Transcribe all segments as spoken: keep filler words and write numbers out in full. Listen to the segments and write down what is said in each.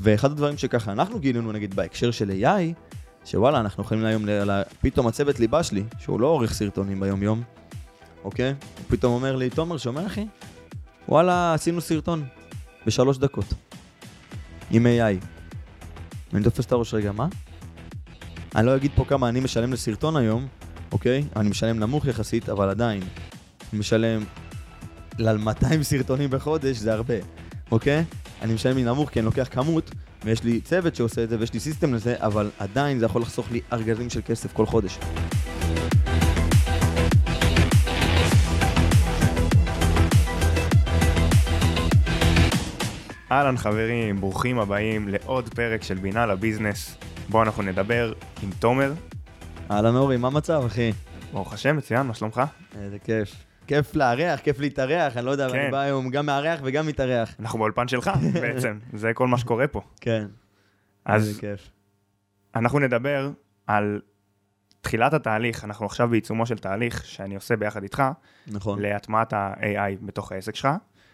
ואחד הדברים שככה אנחנו גילינו נגיד בהקשר של איי איי, שוואלה, אנחנו יכולים היום, ל... פתאום הצוות ליבה שלי, שהוא לא עורך סרטונים ביום יום, אוקיי? הוא פתאום אומר לי, תומר, שומע אחי? וואלה, עשינו סרטון בשלוש דקות עם איי איי. אני תופס את הראש רגע, מה? אני לא אגיד פה כמה אני משלם לסרטון היום, אוקיי? אני משלם נמוך יחסית, אבל עדיין. אני משלם ל-מאתיים סרטונים בחודש, זה הרבה, אוקיי? אני משלם לי נמוך כי אני לוקח כמות, ויש לי צוות שעושה את זה, ויש לי סיסטם לזה, אבל עדיין זה יכול לחסוך לי ארגזים של כסף כל חודש. אהלן חברים, ברוכים הבאים לעוד פרק של בינה לביזנס. בואו אנחנו נדבר עם תומר. אהלן אורי, מה המצב אחי? ברוך השם, מצוין, מה שלומך? איזה כיף. כיף לארח, כיף להתארח, אני לא יודע, כן. אני בא היום גם מארח וגם מתארח. אנחנו באולפן שלך בעצם, זה כל מה שקורה פה. כן, אז איזה כיף. אנחנו נדבר על תחילת התהליך, אנחנו עכשיו בעיצומו של תהליך שאני עושה ביחד איתך, נכון. להטמעת ה-איי איי בתוך העסק שלך,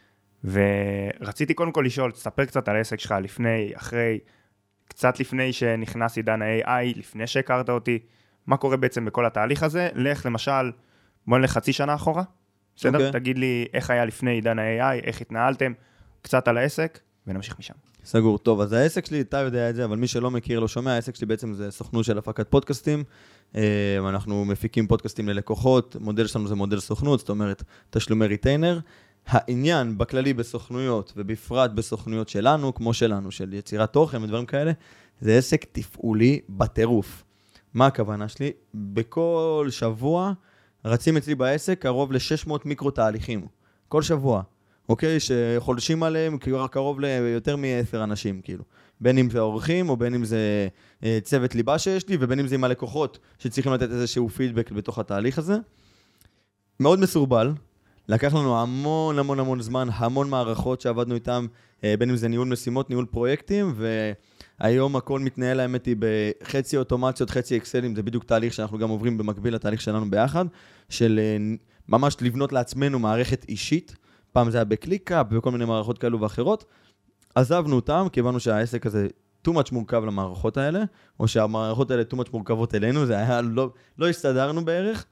ורציתי קודם כל לשאול, תספר קצת על העסק שלך לפני, אחרי, קצת לפני שנכנס עידן ה-איי איי, לפני שהכרת אותי, מה קורה בעצם בכל התהליך הזה, לך למשל, בוא נלך חצי שנה אחורה, בסדר? Okay. תגיד לי איך היה לפני עידן ה-איי איי, איך התנהלתם, קצת על העסק, ונמשיך משם. סגור, טוב, אז העסק שלי, אתה יודע את זה, אבל מי שלא מכיר, לא שומע, העסק שלי בעצם זה סוכנות של הפקת פודקאסטים, אנחנו מפיקים פודקאסטים ללקוחות, מודל שלנו זה מודל סוכנות, זאת אומרת, תשלומי ריטיינר, העניין בכללי בסוכנויות, ובפרט בסוכנויות שלנו, כמו שלנו, של יצירת תוכן ודברים כאלה, זה עסק תפעולי בטירוף. מה הכוונה שלי? בכל שבוע רצים אצלי בעסק קרוב ל-שש מאות מיקרו תהליכים. כל שבוע. אוקיי? שחולשים עליהם קרוב ליותר מ-עשרה אנשים, כאילו. בין אם זה אורחים, או בין אם זה צוות ליבה שיש לי, ובין אם זה עם הלקוחות שצריכים לתת איזשהו פידבק בתוך התהליך הזה. מאוד מסורבל. לקח לנו המון המון המון זמן, המון מערכות שעבדנו איתם, בין אם זה ניהול משימות, ניהול פרויקטים, והיום הכל מתנהל האמת היא בחצי אוטומציות, חצי אקסלים, זה בדיוק תהליך שאנחנו גם עוברים במקביל לתהליך שלנו ביחד, של ממש לבנות לעצמנו מערכת אישית, פעם זה היה בקליקאפ וכל מיני מערכות כאלו ואחרות, עזבנו אותם, כי הבנו שהעסק הזה too much מורכב למערכות האלה, או שהמערכות האלה too much מורכבות אלינו, זה היה, לא, לא הסתדרנו בערך,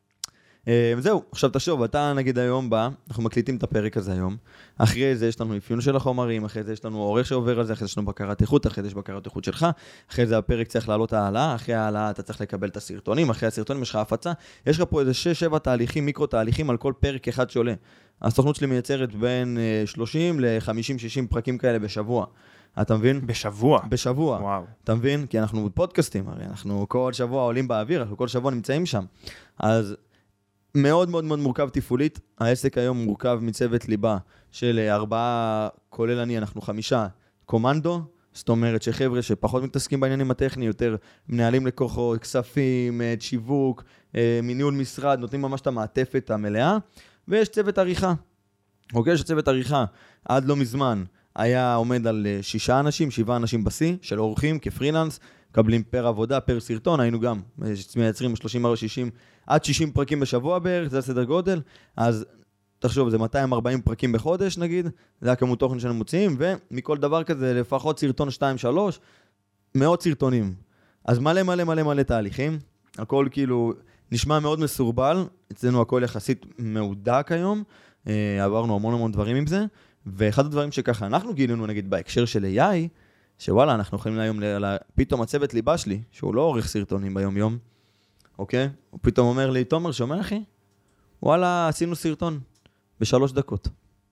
וזהו, עכשיו תשוב, אתה נגיד היום בא, אנחנו מקליטים את הפרק הזה היום, אחרי זה יש לנו אפיון של החומרים, אחרי זה יש לנו עורך שעובר על זה, אחרי זה יש לנו בקרת איכות, אחרי זה יש בקרת איכות שלך, אחרי זה הפרק צריך לעלות העלה, אחרי העלה אתה צריך לקבל את הסרטונים, אחרי הסרטונים יש לך הפצה, יש לך פה איזה שש שבע תהליכים, מיקרו תהליכים על כל פרק אחד שעולה. הסוכנות שלי מייצרת בין שלושים ל-חמישים שישים פרקים כאלה בשבוע. אתה מבין? בשבוע? בשבוע. וואו. אתה מבין? כי אנחנו בפודקאסטים, הרי אנחנו כל שבוע עולים באוויר, אנחנו כל שבוע נמצאים שם. אז מאוד מאוד מאוד מורכב תפעולית, העסק היום מורכב מצוות ליבה של ארבעה, כולל אני, אנחנו חמישה קומנדו, זאת אומרת שחבר'ה שפחות מתעסקים בעניינים הטכניים, יותר מנהלים לקוחות, כספים, שיווק, מניהול משרד, נותנים ממש את המעטפת המלאה, ויש צוות עריכה, אוקיי? יש צוות עריכה, עד לא מזמן היה עומד על שישה אנשים, שבעה אנשים בסי, של אורחים כפרילנס, קבלים פר עבודה, פר סרטון, היינו גם מייצרים שלושים עד שישים, עד שישים פרקים בשבוע בערך, זה הסדר גודל, אז תחשוב, זה מאתיים וארבעים פרקים בחודש נגיד, זה הכמות תוכן שאנחנו מוציאים, ומכל דבר כזה לפחות סרטון שתיים שלוש, מאות סרטונים. אז מלא מלא מלא מלא תהליכים, הכל כאילו נשמע מאוד מסורבל, אצלנו הכל יחסית מעודק היום, עברנו המון המון דברים עם זה, ואחד הדברים שככה אנחנו גילינו נגיד בהקשר של איי איי, שוואלה, אנחנו יכולים היום, ל... פתאום הצוות ליבה שלי, שהוא לא עורך סרטונים ביום יום, אוקיי? הוא פתאום אומר לי, תומר, שומע אחי? וואלה, עשינו סרטון בשלוש דקות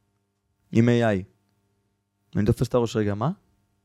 עם איי איי. אני תופס את הראש רגע, מה?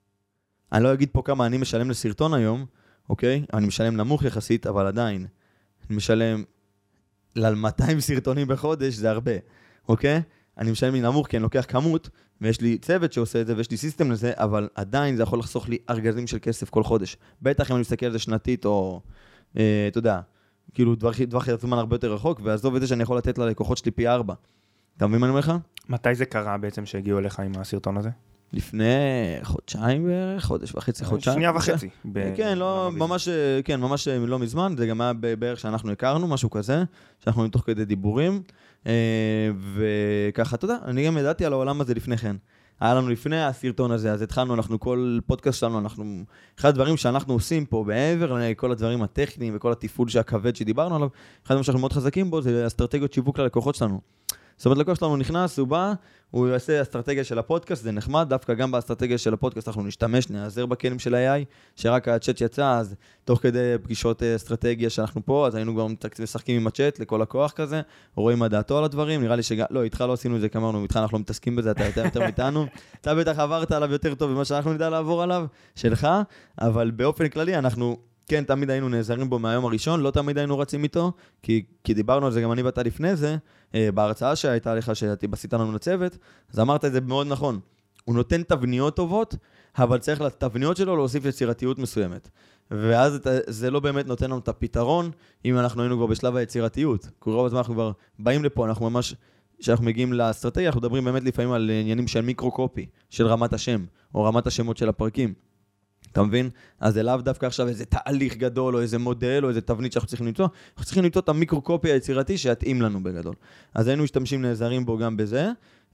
אני לא אגיד פה כמה אני משלם לסרטון היום, אוקיי? אני משלם נמוך יחסית, אבל עדיין, אני משלם ל-מאתיים סרטונים בחודש, זה הרבה, אוקיי? אני משלם לי נמוך כי אני לוקח כמות, ויש לי צוות שעושה את זה, ויש לי סיסטם לזה, אבל עדיין זה יכול לחסוך לי ארגזים של כסף כל חודש. בטח אם אני מסתכל על זה שנתית, או, אה, אתה יודע, כאילו דווח זמן הרבה יותר רחוק, ועזוב את זה שאני יכול לתת ללקוחות שלי פי ארבע. אתה מבין מה אני אומר לך? מתי זה קרה בעצם שהגיעו אליך עם הסרטון הזה? לפני חודשיים בערך, חודש וחצי, חודשיים. שנייה וחצי. כן, לא, ממש, כן, ממש לא מזמן, זה גם היה בערך שאנחנו הכרנו, משהו כזה, שאנחנו תוך כדי דיבורים, וככה, אתה יודע, אני גם ידעתי על העולם הזה לפני כן. היה לנו לפני הסרטון הזה, אז התחלנו, אנחנו כל פודקאסט שלנו, אנחנו, אחד הדברים שאנחנו עושים פה, בעבר לכל הדברים הטכניים וכל התפעול שהכבד שדיברנו עליו, אחד הדברים שאנחנו מאוד חזקים בו, זה אסטרטגיות שיווק ללקוחות שלנו. זאת אומרת, לקוח שלנו נכנס, הוא בא, הוא יעשה אסטרטגיה של הפודקאסט, זה נחמד, דווקא גם באסטרטגיה של הפודקאסט אנחנו נשתמש, נעזר בכלים של ה-איי איי, שרק הצ'אט יצא, אז תוך כדי פגישות אסטרטגיה שאנחנו פה, אז היינו גם משחקים עם הצ'אט לכל לקוח כזה, רואים מה דעתו על הדברים, נראה לי שגם, לא, איתך לא עשינו את זה, כאמרנו, איתך אנחנו לא מתעסקים בזה, אתה יותר יותר מאיתנו, אתה בטח עברת עליו יותר טוב ממה שאנחנו נדע לעבור עליו, שלך, אבל באופן כללי אנחנו כן, תמיד היינו נעזרים בו מהיום הראשון, לא תמיד היינו רצים איתו, כי, כי דיברנו על זה גם אני ואתה לפני זה, בהרצאה שהייתה לך, שעשית לנו לצוות, אז אמרת את זה מאוד נכון. הוא נותן תבניות טובות, אבל צריך לתבניות שלו להוסיף יצירתיות מסוימת. ואז זה לא באמת נותן לנו את הפתרון, אם אנחנו היינו כבר בשלב היצירתיות. כי רוב הזמן אנחנו כבר באים לפה, אנחנו ממש, כשאנחנו מגיעים לאסטרטגיה, אנחנו מדברים באמת לפעמים על עניינים של מיקרו-קופי, של רמת השם, או רמת השמות של הפרקים. אתה מבין? אז זה לאו דווקא עכשיו איזה תהליך גדול, או איזה מודל, או איזה תבנית שאנחנו צריכים למצוא. אנחנו צריכים למצוא את המיקרו-קופי היצירתי שיתאים לנו בגדול. אז היינו משתמשים נעזרים בו גם בזה,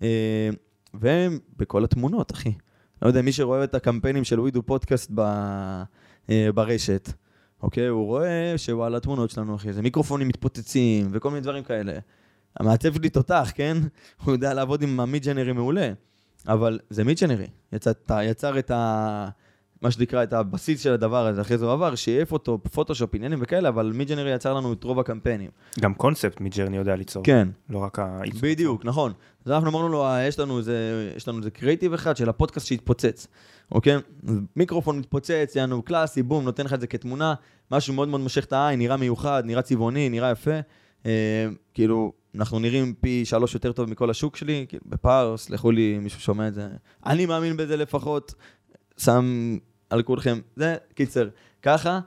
ובכל התמונות, אחי. לא יודע, מי שרואה את הקמפיינים של ווידו פודקאסט ברשת, אוקיי? הוא רואה שהוא על התמונות שלנו, אחי. זה מיקרופונים מתפוצצים, וכל מיני דברים כאלה. המעצב שלי תותח, כן? הוא יודע לעבוד עם המיד-ג'נרי מעולה, אבל זה מיד-ג'נרי. יצר את ה... מה שנקרא את הבסיס של הדבר הזה, אחרי זה הוא עבר, שייף אותו, פוטושופ, עניינים וכאלה, אבל מיד-ג'נרי יצר לנו את רוב הקמפיינים. גם קונספט מיד-ג'רני יודע ליצור. כן. לא רק העיצוב. בדיוק, נכון. אז אנחנו אמרנו לו, יש לנו איזה, יש לנו איזה קריאיטיב אחד של הפודקאסט שהתפוצץ, אוקיי? מיקרופון מתפוצץ, יענו קלאסי, בום, נותן לך את זה כתמונה, משהו מאוד מאוד מושך את העין, נראה מיוחד, נראה צבעוני, נראה יפה. אה, כאילו, אנחנו נראים פי שלוש יותר טוב מכל השוק שלי, כאילו, בפער, סלחו לי, מישהו שומע את זה. אני מאמין בזה לפחות. שם על כולכם, זה קיצר, ככה,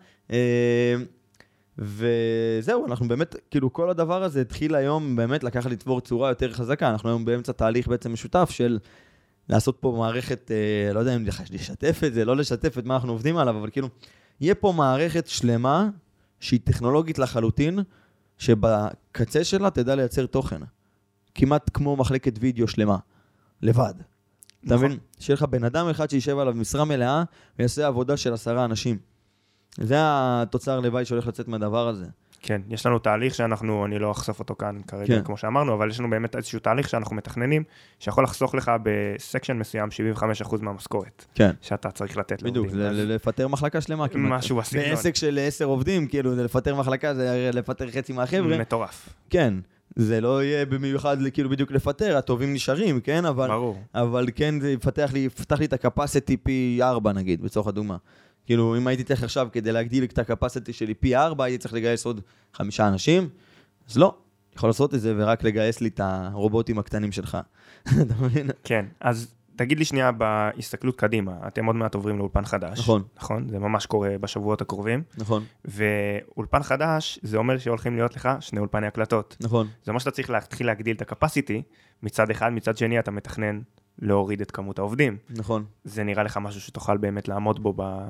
וזהו, אנחנו באמת, כאילו כל הדבר הזה התחיל היום באמת לקחת לתבור צורה יותר חזקה, אנחנו היום באמצע תהליך בעצם משותף של לעשות פה מערכת, לא יודע אם לשתף את זה, לא לשתף את מה אנחנו עובדים עליו, אבל כאילו, יהיה פה מערכת שלמה שהיא טכנולוגית לחלוטין, שבקצה שלה תדע לייצר תוכן, כמעט כמו מחלקת וידאו שלמה, לבד. אתה מבין? שיהיה לך בן אדם אחד שישב עליו משרה מלאה ויעשה עבודה של עשרה אנשים. זה התוצר לוואי שהולך לצאת מהדבר הזה. כן, יש לנו תהליך שאנחנו, אני לא אחשוף אותו כאן כרגע, כן. כמו שאמרנו, אבל יש לנו באמת איזשהו תהליך שאנחנו מתכננים, שיכול לחסוך לך בסקשן מסוים שבעים וחמישה אחוז מהמשכורת. כן. שאתה צריך לתת לעובדים. בדיוק, זה לפטר מחלקה שלמה. משהו בסגנון. בעסק של עשר עובדים, כאילו, זה לפטר מחלקה, זה לפטר חצי מהחבר'ה. מטורף. כן. זה לא יהיה במיוחד כאילו בדיוק לפטר, הטובים נשארים, כן? אבל, ברור. אבל כן, זה יפתח לי, יפתח לי את הקפסיטי פי ארבע, נגיד, בצורך הדוגמה. כאילו, אם הייתי צריך עכשיו כדי להגדיל את הקפסיטי שלי פי ארבע, הייתי צריך לגייס עוד חמישה אנשים, אז לא, יכול לעשות את זה ורק לגייס לי את הרובוטים הקטנים שלך. אתה מבין? כן, אז תגיד לי שנייה בהסתכלות קדימה, אתם עוד מעט עוברים לאולפן חדש. נכון. נכון? זה ממש קורה בשבועות הקרובים. נכון. ואולפן חדש, זה אומר שהולכים להיות לך שני אולפני הקלטות. נכון. זה אומר שאתה צריך להתחיל להגדיל את הקפסיטי, מצד אחד, מצד שני אתה מתכנן להוריד את כמות העובדים. נכון. זה נראה לך משהו שתוכל באמת לעמוד בו ב...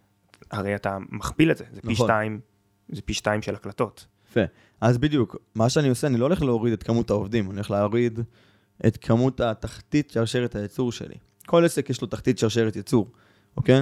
הרי אתה מכפיל את זה, זה פי נכון. שתיים, זה פי שתיים של הקלטות. יפה. אז בדיוק, מה שאני עושה, אני לא הולך להוריד את כמות העובדים, אני הולך להוריד את כמות התחתית שרשרת הייצור שלי. כל עסק יש לו תחתית שרשרת ייצור, אוקיי?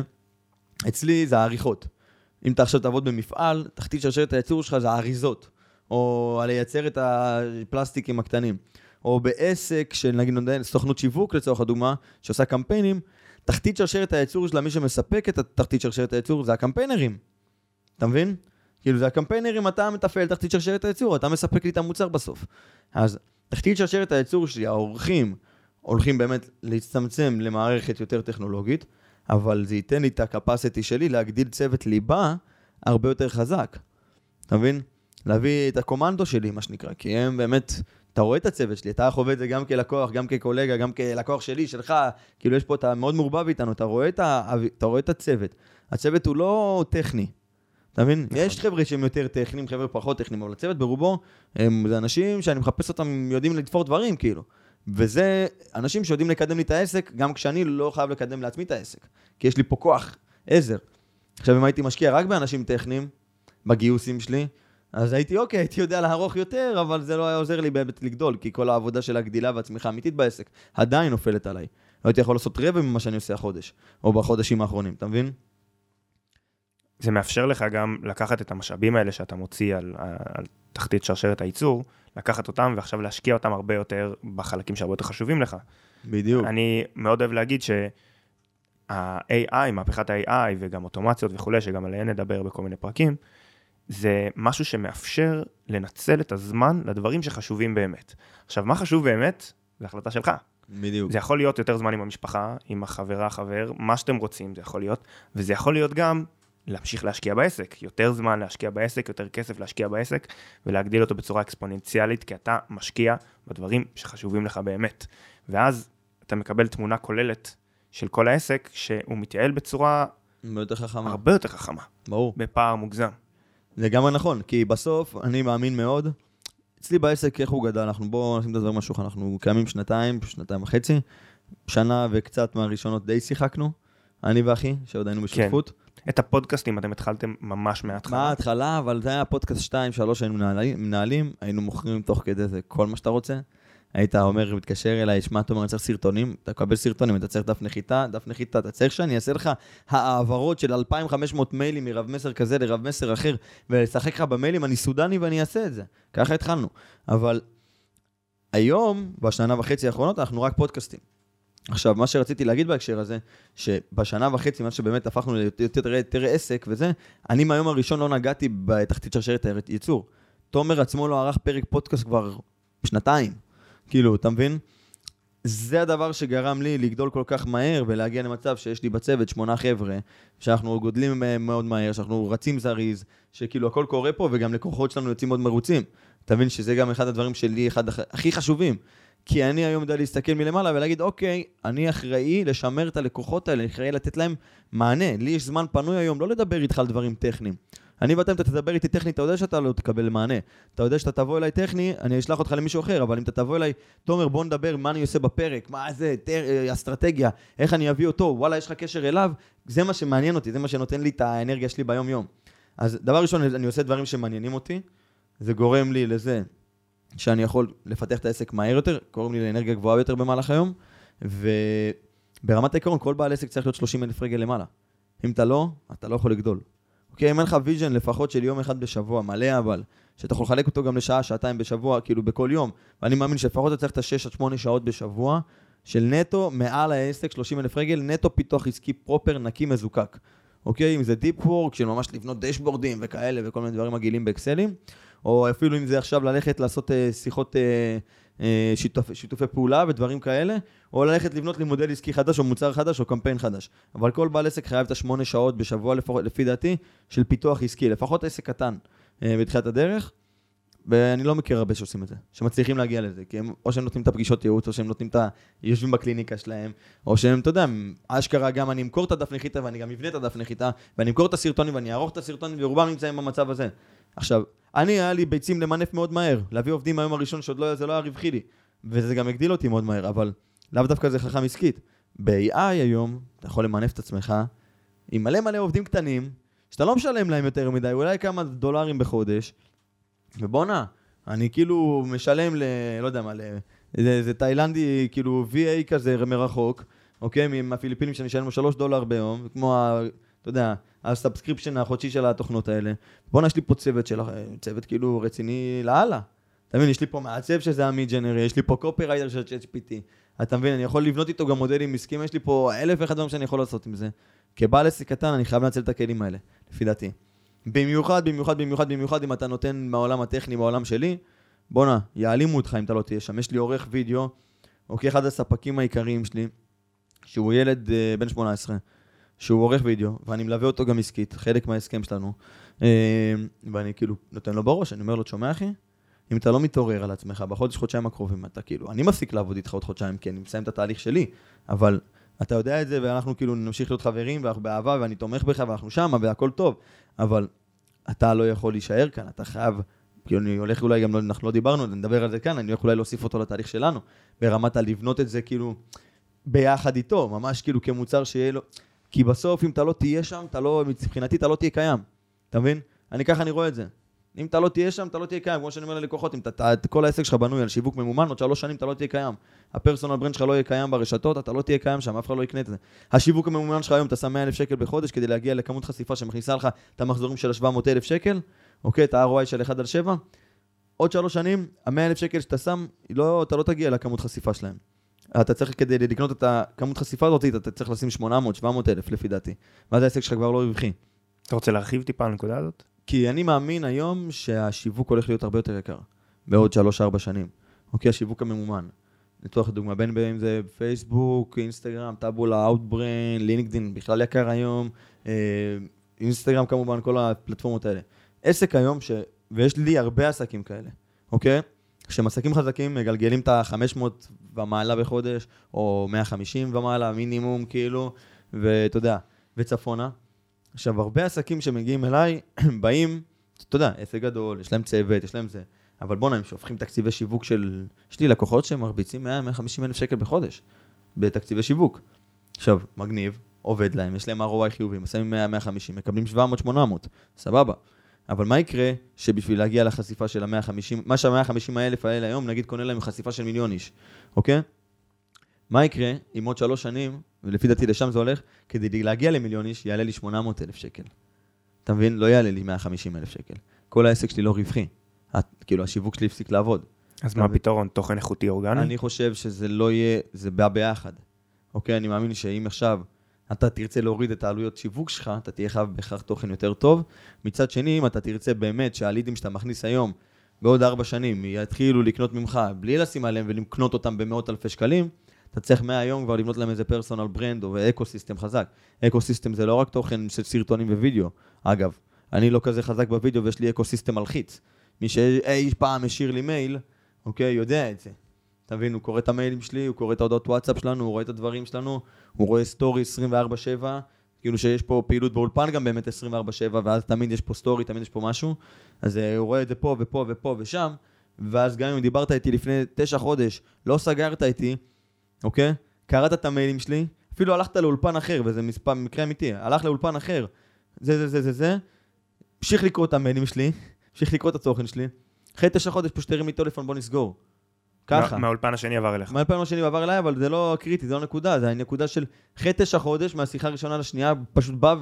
אצלי זה העריכות. אם אתה עכשיו תעבוד במפעל, תחתית שרשרת הייצור שלך זה האריזות, או לייצר את הפלסטיקים הקטנים. או בעסק של נגיד סוכנות שיווק לצורך הדוגמה, שעושה קמפיינים, תחתית שרשרת הייצור שלה, מי שמספק את התחתית שרשרת הייצור, זה הקמפיינרים. אתה מבין? כאילו זה הקמפיינרים, אתה מתפעל תחתית שרשרת הייצור, אתה מספק לי את המוצר בסוף. אז תחתית שרשרת הייצור שלי, האורחים, הולכים באמת להצטמצם למערכת יותר טכנולוגית, אבל זה ייתן לי את הקפסיטי שלי להגדיל צוות ליבה הרבה יותר חזק. אתה מבין? להביא את הקומנדו שלי, מה שנקרא, כי הם באמת, אתה רואה את הצוות שלי, אתה חווה את זה גם כלקוח, גם כקולגה, גם כלקוח שלי, שלך, כאילו יש פה, אתה מאוד מורבב איתנו, אתה רואה את, ה, אתה רואה את הצוות. הצוות הוא לא טכני. אתה מבין? יש חבר'ה שהם יותר טכניים, חבר'ה פחות טכניים, אבל הצוות ברובו, הם, זה אנשים שאני מחפש אותם, יודעים לתפור דברים, כאילו. וזה אנשים שיודעים לקדם לי את העסק, גם כשאני לא חייב לקדם לעצמי את העסק. כי יש לי פה כוח, עזר. עכשיו, אם הייתי משקיע רק באנשים טכניים, בגיוסים שלי, אז הייתי, אוקיי, הייתי יודע לערוך יותר, אבל זה לא היה עוזר לי באמת לגדול, כי כל העבודה של הגדילה והצמיחה האמיתית בעסק עדיין נופלת עליי. לא הייתי יכול לעשות רבע ממה שאני עושה החודש, או בחודשים האחרונים, אתה מבין? זה מאפשר לך גם לקחת את המשאבים האלה שאתה מוציא על, על תחתית שרשרת הייצור, לקחת אותם ועכשיו להשקיע אותם הרבה יותר בחלקים שהרבה יותר חשובים לך. בדיוק. אני מאוד אוהב להגיד שה-איי איי, מהפכת ה-איי איי וגם אוטומציות וכו', שגם עליהן נדבר בכל מיני פרקים, זה משהו שמאפשר לנצל את הזמן לדברים שחשובים באמת. עכשיו, מה חשוב באמת? זה החלטה שלך. בדיוק. זה יכול להיות יותר זמן עם המשפחה, עם החברה, החבר, מה שאתם רוצים, זה יכול להיות, וזה יכול להיות גם להמשיך להשקיע בעסק, יותר זמן להשקיע בעסק, יותר כסף להשקיע בעסק, ולהגדיל אותו בצורה אקספוננציאלית, כי אתה משקיע בדברים שחשובים לך באמת. ואז אתה מקבל תמונה כוללת של כל העסק, שהוא מתייעל בצורה הרבה יותר חכמה. הרבה יותר חכמה. ברור. בפער מוגזם. זה גם נכון, כי בסוף אני מאמין מאוד, אצלי בעסק איך הוא גדל, אנחנו בואו נשים את הדברים משהו, אנחנו קיימים שנתיים, שנתיים וחצי, שנה וקצת מהראשונות די שיחקנו, אני ואחי, שעוד היינו בשותפות. כן. את הפודקאסטים אתם התחלתם ממש מההתחלה. מההתחלה, אבל זה היה פודקאסט שתיים, שלוש, היינו מנהלים, מנהלים, היינו מוכרים תוך כדי זה כל מה שאתה רוצה. היית אומר, מתקשר אליי, שמע, אתה אומר, אני צריך סרטונים, אתה קבל סרטונים, אתה צריך דף נחיתה, דף נחיתה, אתה צריך שאני אעשה לך העברות של אלפיים וחמש מאות מיילים מרב מסר כזה לרב מסר אחר, ולשחק לך במיילים, אני סודני ואני אעשה את זה. ככה התחלנו. אבל היום, בשנה וחצי האחרונות, אנחנו רק פודקאסטים. עכשיו, מה שרציתי להגיד בהקשר הזה, שבשנה וחצי, מה שבאמת הפכנו ליותר יותר עסק וזה, אני מהיום הראשון לא נגעתי בתחתית שרשרת הייצור. תומר עצמו לא ערך פרק פודקאסט כבר שנתיים. כאילו, אתה מבין? זה הדבר שגרם לי לגדול כל כך מהר ולהגיע למצב שיש לי בצוות שמונה חבר'ה, שאנחנו גודלים מאוד מהר, שאנחנו רצים זריז, שכאילו הכל קורה פה וגם לקוחות שלנו יוצאים מאוד מרוצים. אתה מבין שזה גם אחד הדברים שלי, אחד הכי חשובים. כי אני היום יודע להסתכל מלמעלה ולהגיד, אוקיי, אני אחראי לשמר את הלקוחות האלה, אני אחראי לתת להם מענה. לי יש זמן פנוי היום, לא לדבר איתך על דברים טכניים. אני ואתם, אתה תדבר איתי טכני, אתה יודע שאתה לא תקבל מענה. אתה יודע שאתה תבוא אליי טכני, אני אשלח אותך למישהו אחר, אבל אם אתה תבוא אליי, תומר, בוא נדבר מה אני עושה בפרק, מה זה, תר, אסטרטגיה, איך אני אביא אותו, וואלה, יש לך קשר אליו, זה מה שמעניין אותי, זה מה שנותן לי את האנרגיה שלי ביום יום. אז דבר ראשון, אני עושה דברים שמעניינים אותי, זה גורם לי לזה שאני יכול לפתח את העסק מהר יותר, גורם לי לאנרגיה גבוהה יותר במהלך היום, וברמת העיקרון, כל בעל עסק צריך להיות שלושים אלף רגל למעלה. אם אתה לא, אתה לא יכול לגדול. אוקיי, אם אין לך ויז'ן לפחות של יום אחד בשבוע, מלא אבל, שאתה יכול לחלק אותו גם לשעה, שעתיים בשבוע, כאילו בכל יום, ואני מאמין שלפחות אתה צריך את השש עד שמונה שעות בשבוע, של נטו מעל העסק, שלושים אלף רגל, נטו פיתוח עסקי פרופר, נקי מזוקק. אוקיי, אם זה דיפ וורק, של ממש לבנות דשבורדים וכאלה, וכל מיני דברים מגעילים באקסלים, או אפילו אם זה עכשיו ללכת לעשות uh, שיחות uh, uh, שיתופ, שיתופי פעולה ודברים כאלה, או ללכת לבנות לי מודל עסקי חדש, או מוצר חדש, או קמפיין חדש. אבל כל בעל עסק חייב את השמונה שעות בשבוע, לפחות, לפי דעתי, של פיתוח עסקי, לפחות עסק קטן uh, בתחילת הדרך, ואני לא מכיר הרבה שעושים את זה, שמצליחים להגיע לזה, כי הם, או שהם נותנים את הפגישות ייעוץ, או שהם נותנים את ה... יושבים בקליניקה שלהם, או שהם, אתה יודע, אשכרה גם אני אמכור את הדף נחיתה, ואני גם אבנה את הדף נחיתה, ואני אמכור את הסרטונים, ואני אערוך את הסרטונים, ורובם נמצאים במצב הזה. עכשיו, אני, היה לי ביצים למנף מאוד מהר, להביא עובדים מהיום הראשון, שעוד לא, זה לא היה רווחי לי, וזה גם הגדיל אותי מאוד מהר, אבל לאו דווקא זה חכם עסקית. ב-איי איי היום, אתה יכול למנף את עצמך, עם מלא מלא עובדים קטנים, שאתה לא משלם להם יותר מדי, אולי כמה דולרים בחודש, ובונה, אני כאילו משלם ל... לא יודע מה, זה, זה תאילנדי, כאילו וי איי כזה מרחוק, אוקיי? מהפיליפינים שאני משלם שלוש דולר ביום, כמו, ה, אתה יודע, הסאבסקריפשן החודשי של התוכנות האלה. בונה, יש לי פה צוות של... צוות כאילו רציני להלאה. אתה מבין, יש לי פה מעצב שזה המיד-ג'נרי, יש לי פה קופי-רייטר של צ'אט ג'י פי טי. אתה מבין, אני יכול לבנות איתו גם מודלים עסקיים, יש לי פה אלף ואחד דברים שאני יכול לעשות עם זה. כבעל עסק קטן, אני חייב לנצל את הכלים האלה, לפי דעתי. במיוחד, במיוחד, במיוחד, במיוחד, אם אתה נותן מהעולם הטכני, מהעולם שלי, בונה, יעלימו אותך אם אתה לא תהיה שם. יש לי עורך וידאו, אוקיי, אחד הספקים העיקריים שלי, שהוא ילד uh, בן שמונה עשרה, שהוא עורך וידאו, ואני מלווה אותו גם עסקית, חלק מההסכם שלנו, uh, ואני כאילו נותן לו בראש, אני אומר לו, שומע אחי? אם אתה לא מתעורר על עצמך, בחודש, חודשיים הקרובים, אתה כאילו, אני מפסיק לעבוד איתך עוד חודשיים, כי אני מסיים את התהליך שלי, אבל אתה יודע את זה, ואנחנו כאילו נמשיך להיות חברים, ואנחנו באהבה, ואני תומך בך, ואנחנו שמה, והכל טוב, אבל אתה לא יכול להישאר כאן, אתה חייב, כאילו אני הולך אולי גם, לא, אנחנו לא דיברנו, נדבר על זה כאן, אני הולך אולי להוסיף אותו לתהליך שלנו, ברמת לבנות את זה כאילו ביחד איתו, ממש כאילו כמוצר שיהיה לו, כי בסוף אם אתה לא תהיה שם, אתה לא, מבחינתי אתה לא תהיה קיים, אתה מבין? אני ככה אני רואה את זה. אם אתה לא תהיה שם, אתה לא תהיה קיים, כמו שאני אומר ללקוחות, אם אתה, כל העסק שלך בנוי על שיווק ממומן, עוד שלוש שנים אתה לא תהיה קיים. הפרסונל ברנד שלך לא יהיה קיים ברשתות, אתה לא תהיה קיים שם, אף אחד לא יקנה את זה. השיווק הממומן שלך היום, אתה שם מאה אלף שקל בחודש כדי להגיע לכמות חשיפה שמכניסה לך את המחזורים של שבע מאות אלף שקל, אוקיי, את ה-אר או איי של אחד על שבע. עוד שלוש שנים, ה-מאה אלף שקל שאתה שם, לא, אתה לא תגיע לכמות חשיפה שלהם. אתה צריך כדי לקנות את הכמות חשיפה הזאת, אתה צריך לשים שמונה מאות שבע מאות אלף לפי דעתי. ואז העסק שלך כבר לא רווחי. אתה רוצה להרחיב טיפה על הנקודה הזאת? כי אני מאמין היום שהשיווק הולך להיות הרבה יותר יקר, בעוד שלוש ארבע שנים. אוקיי, השיווק הממומן. נתוח דוגמה, בין בין זה פייסבוק, אינסטגרם, טאבולה, אוטבריין, לינקדין, בכלל יקר היום, אינסטגרם כמובן, כל הפלטפורמות האלה. עסק היום, ש... ויש לי הרבה עסקים כאלה, אוקיי? כשהם עסקים חזקים מגלגלים את ה-חמש מאות ומעלה בחודש, או מאה וחמישים ומעלה, מינימום כאילו, ואתה יודע, וצפונה. עכשיו, הרבה עסקים שמגיעים אליי, באים, אתה יודע, עסק גדול, יש להם צוות, יש להם זה, אבל בוא נעים, שהופכים תקציבי שיווק של... יש לי לקוחות שהם מרביצים מאה עד מאה וחמישים אלף שקל בחודש, בתקציבי שיווק. עכשיו, מגניב, עובד להם, יש להם אר או איי חיובי, מסיימים מאה עד מאה וחמישים, מקבלים שבע מאות שמונה מאות, סבבה. אבל מה יקרה שבשביל להגיע לחשיפה של ה-מאה וחמישים, מה שה-מאה וחמישים אלף האלה היום, נגיד קונה להם חשיפה של מיליון איש, אוקיי? מה יקרה אם עוד שלוש שנים, ולפי דעתי לשם זה הולך, כדי להגיע למיליון איש, יעלה לי שמונה מאות אלף שקל. אתה מבין? לא יעלה לי מאה וחמישים אלף שקל. כל העסק שלי לא רווחי. כאילו, השיווק שלי הפסיק לעבוד. אז מה הפתרון? תוכן איכותי אורגני? אני חושב שזה לא יהיה, זה בא ביחד. אוקיי? אני מאמין שאם עכשיו אתה תרצה להוריד את העלויות שיווק שלך, אתה תהיה חייב בכך תוכן יותר טוב. מצד שני, אם אתה תרצה באמת שהלידים שאתה מכניס היום, בעוד ארבע שנים, יתחילו לקנות ממך, בלי לשים עליהם ולקנות אותם במאות אלפי שקלים, אתה צריך מהיום כבר לבנות להם איזה פרסונל ברנד או אקוסיסטם חזק. אקוסיסטם זה לא רק תוכן של סרטונים ווידאו. אגב, אני לא כזה חזק בווידאו ויש לי אקוסיסטם מלחיץ. מי שאי פעם השאיר לי מייל, אוקיי, יודע את זה. תבין, הוא קורא את המיילים שלי, הוא קורא את ההודעות וואטסאפ שלנו, הוא רואה את הדברים שלנו, הוא רואה סטורי עשרים וארבע שבע, כאילו שיש פה פעילות באולפן גם באמת עשרים וארבע שבע, ואז תמיד יש פה סטורי, תמיד יש פה משהו. אז הוא רואה את זה פה ופה ופה ושם, ואז גם אם דיברת איתי לפני תשע חודש, לא סגרת איתי, אוקיי? קראת את המיילים שלי, אפילו הלכת לאולפן אחר, וזה מספר, מקרה אמיתי, הלך לאולפן אחר, זה, זה, זה, זה, זה, המשיך לקרוא את המיילים שלי, המשיך לקרוא את התוכן שלי, אחרי תשע חודש פה שתרים מטלפון, בוא נסגור. ככה. מהאולפן השני עבר אליך. מהאולפן השני עבר אליי, אבל זה לא קריטי, זה לא נקודה, זה הנקודה של אחרי תשע חודש, מהשיחה הראשונה לשנייה, פשוט בא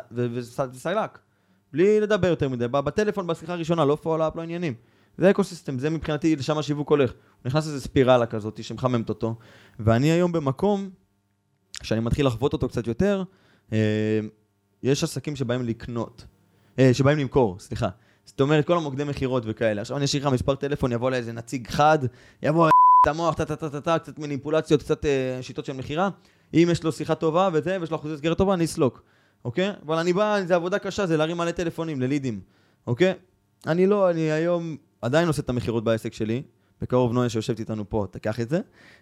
וסלק. בלי לדבר יותר מדי, בא בטלפון בשיחה הראשונה, לא פולאפ, לא עניינים. זה אקוסיסטם, זה מבחינתי, לשם השיווק הולך. הוא נכנס איזו ספירלה כזאת שמחממת אותו, ואני היום במקום, שאני מתחיל לחוות אותו קצת יותר, יש עסקים שבאים לקנות, שבאים למכור, סליחה. זאת אומרת, כל המוקדי מחירות וכאלה. עכשיו אני אשאיר לך מספר טלפון, יבוא לאיזה נציג חד, יבוא את המוח, טה-טה-טה-טה, קצת מניפולציות, קצת שיטות של מחירה. אם יש לו שיחה טובה וזה, ויש לו אחוזי סגרת טובה, אני אסלוק. אוקיי? אבל אני בא, זה עבודה קשה, זה להרים מלא טלפונים, ללידים. אוקיי? אני לא, אני היום עדיין עושה את המחירות בעסק שלי. בקרוב נועה שיושבת איתנו פה, תקח את זה.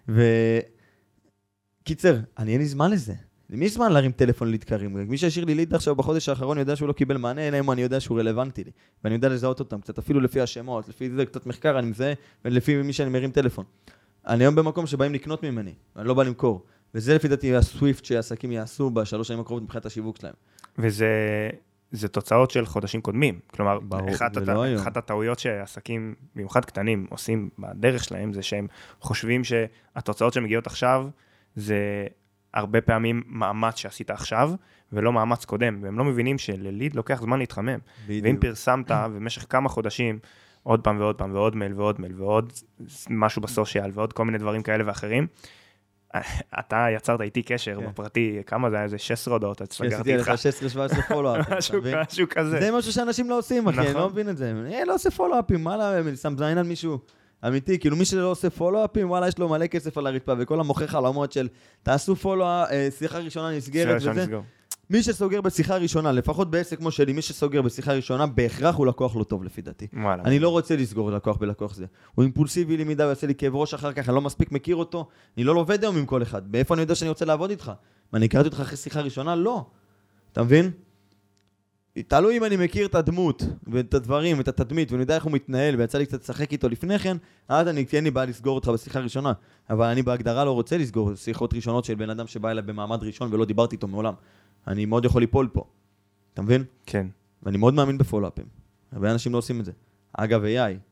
וקיצר, אני אין לי זמן לזה. למי יש זמן להרים טלפון להתקרים? מי שהשאיר לי ליד עכשיו בחודש האחרון יודע שהוא לא קיבל מענה, אלא אם אני יודע שהוא רלוונטי לי. ואני יודע לזהות אותם, קצת אפילו לפי השמות, לפי זה קצת מחקר אני מזהה, ולפי מי שאני מרים טלפון. אני היום במקום שבאים לקנות ממני, אני לא בא למכור. וזה לפי דעתי הסוויפט שהעסקים יעשו בשלוש שנים הקרובות מבחינת השיווק שלהם. וזה זה תוצאות של חודשים קודמים. כלומר, ברור, אחת, הת... לא אחת הטעויות שעסקים, במיוחד קטנים, עושים בדרך שלהם, זה שהם חושבים שהתוצאות שמגיעות עכשיו, זה הרבה פעמים מאמץ שעשית עכשיו, ולא מאמץ קודם, והם לא מבינים שלליד לוקח זמן להתחמם. בדיוק. ואם פרסמת במשך כמה חודשים, עוד פעם ועוד פעם, ועוד מייל ועוד מייל, ועוד משהו בסושיאל, ועוד כל מיני דברים כאלה ואחרים, אתה יצרת איתי קשר בפרטי, כמה זה היה? איזה שש עשרה הודעות, אז סגרתי איתך. שש עשרה שבע עשרה פולו-אפים. משהו כזה. זה משהו שאנשים לא עושים, אחי, אני לא מבין את זה. אני לא עושה פולו-אפים, מה לה, אני שם זין על מישהו אמיתי, כאילו מי שלא עושה פולו-אפים, וואלה, יש לו מלא כסף על הרצפה, וכל המוכר חלומות של, תעשו פולו, שיחה ראשונה נסגרת וזה. מי שסוגר בשיחה ראשונה, לפחות בעסק כמו שלי, מי שסוגר בשיחה ראשונה, בהכרח הוא לקוח לא טוב לפי דעתי. אני לא רוצה לסגור לקוח בלקוח זה. הוא אימפולסיבי למידה, הוא יעשה לי כאב ראש אחר כך, אני לא מספיק מכיר אותו, אני לא עובד היום עם כל אחד. באיפה אני יודע שאני רוצה לעבוד איתך? אני הכרתי אותך אחרי שיחה ראשונה? לא. אתה מבין? תלוי אם אני מכיר את הדמות, ואת הדברים, ואת התדמית, ואני יודע איך הוא מתנהל, ויצא לי קצת לשחק איתו לפני כן, אז אני כן לי בא לסגור אותך בשיחה ראשונה. אבל אני בהגדרה לא רוצה לסגור שיחות ראשונות של בן אדם שבא אליי במעמד ראשון ולא דיברתי איתו מעולם. אני מאוד יכול ליפול פה. אתה מבין? כן. ואני מאוד מאמין בפולו-אפים. הרבה אנשים לא עושים את זה. אגב, איי איי.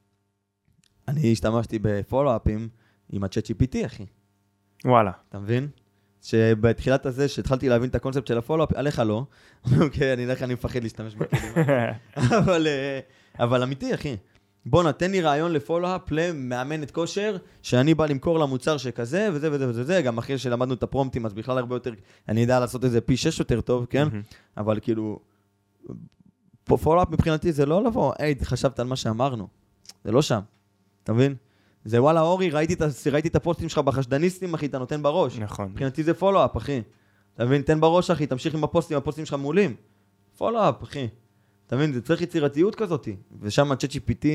אני השתמשתי בפולו-אפים עם ה-צ'אט ג'י פי טי, אחי. וואלה. אתה מבין? שבתחילת הזה, שהתחלתי להבין את הקונספט של הפולו-אפ, עליך לא. אוקיי, אני אלך, אני מפחד להשתמש בכלים. אבל, אבל אמיתי, אחי. בוא נתן לי רעיון לפולו-אפ למאמנת כושר, שאני בא למכור למוצר שכזה, וזה וזה וזה וזה, גם אחרי שלמדנו את הפרומפטים, אז בכלל הרבה יותר, אני יודע לעשות את זה פי שש יותר טוב, כן? אבל כאילו, פולו-אפ מבחינתי זה לא לבוא, היי, חשבת על מה שאמרנו. זה לא שם. אתה מבין? זה וואלה, אורי, ראיתי את, ראיתי את הפוסטים שלך בחשדניסטים, אחי, אתה נותן בראש. נכון. מבחינתי זה פולו-אפ, אחי. אתה מבין? תן בראש, אחי, תמשיך עם הפוסטים, הפוסטים שלך מעולים. פולו-אפ, אחי. אתה מבין? זה צריך יצירתיות כזאת. ושם ה-צ'אט ג'י פי טי...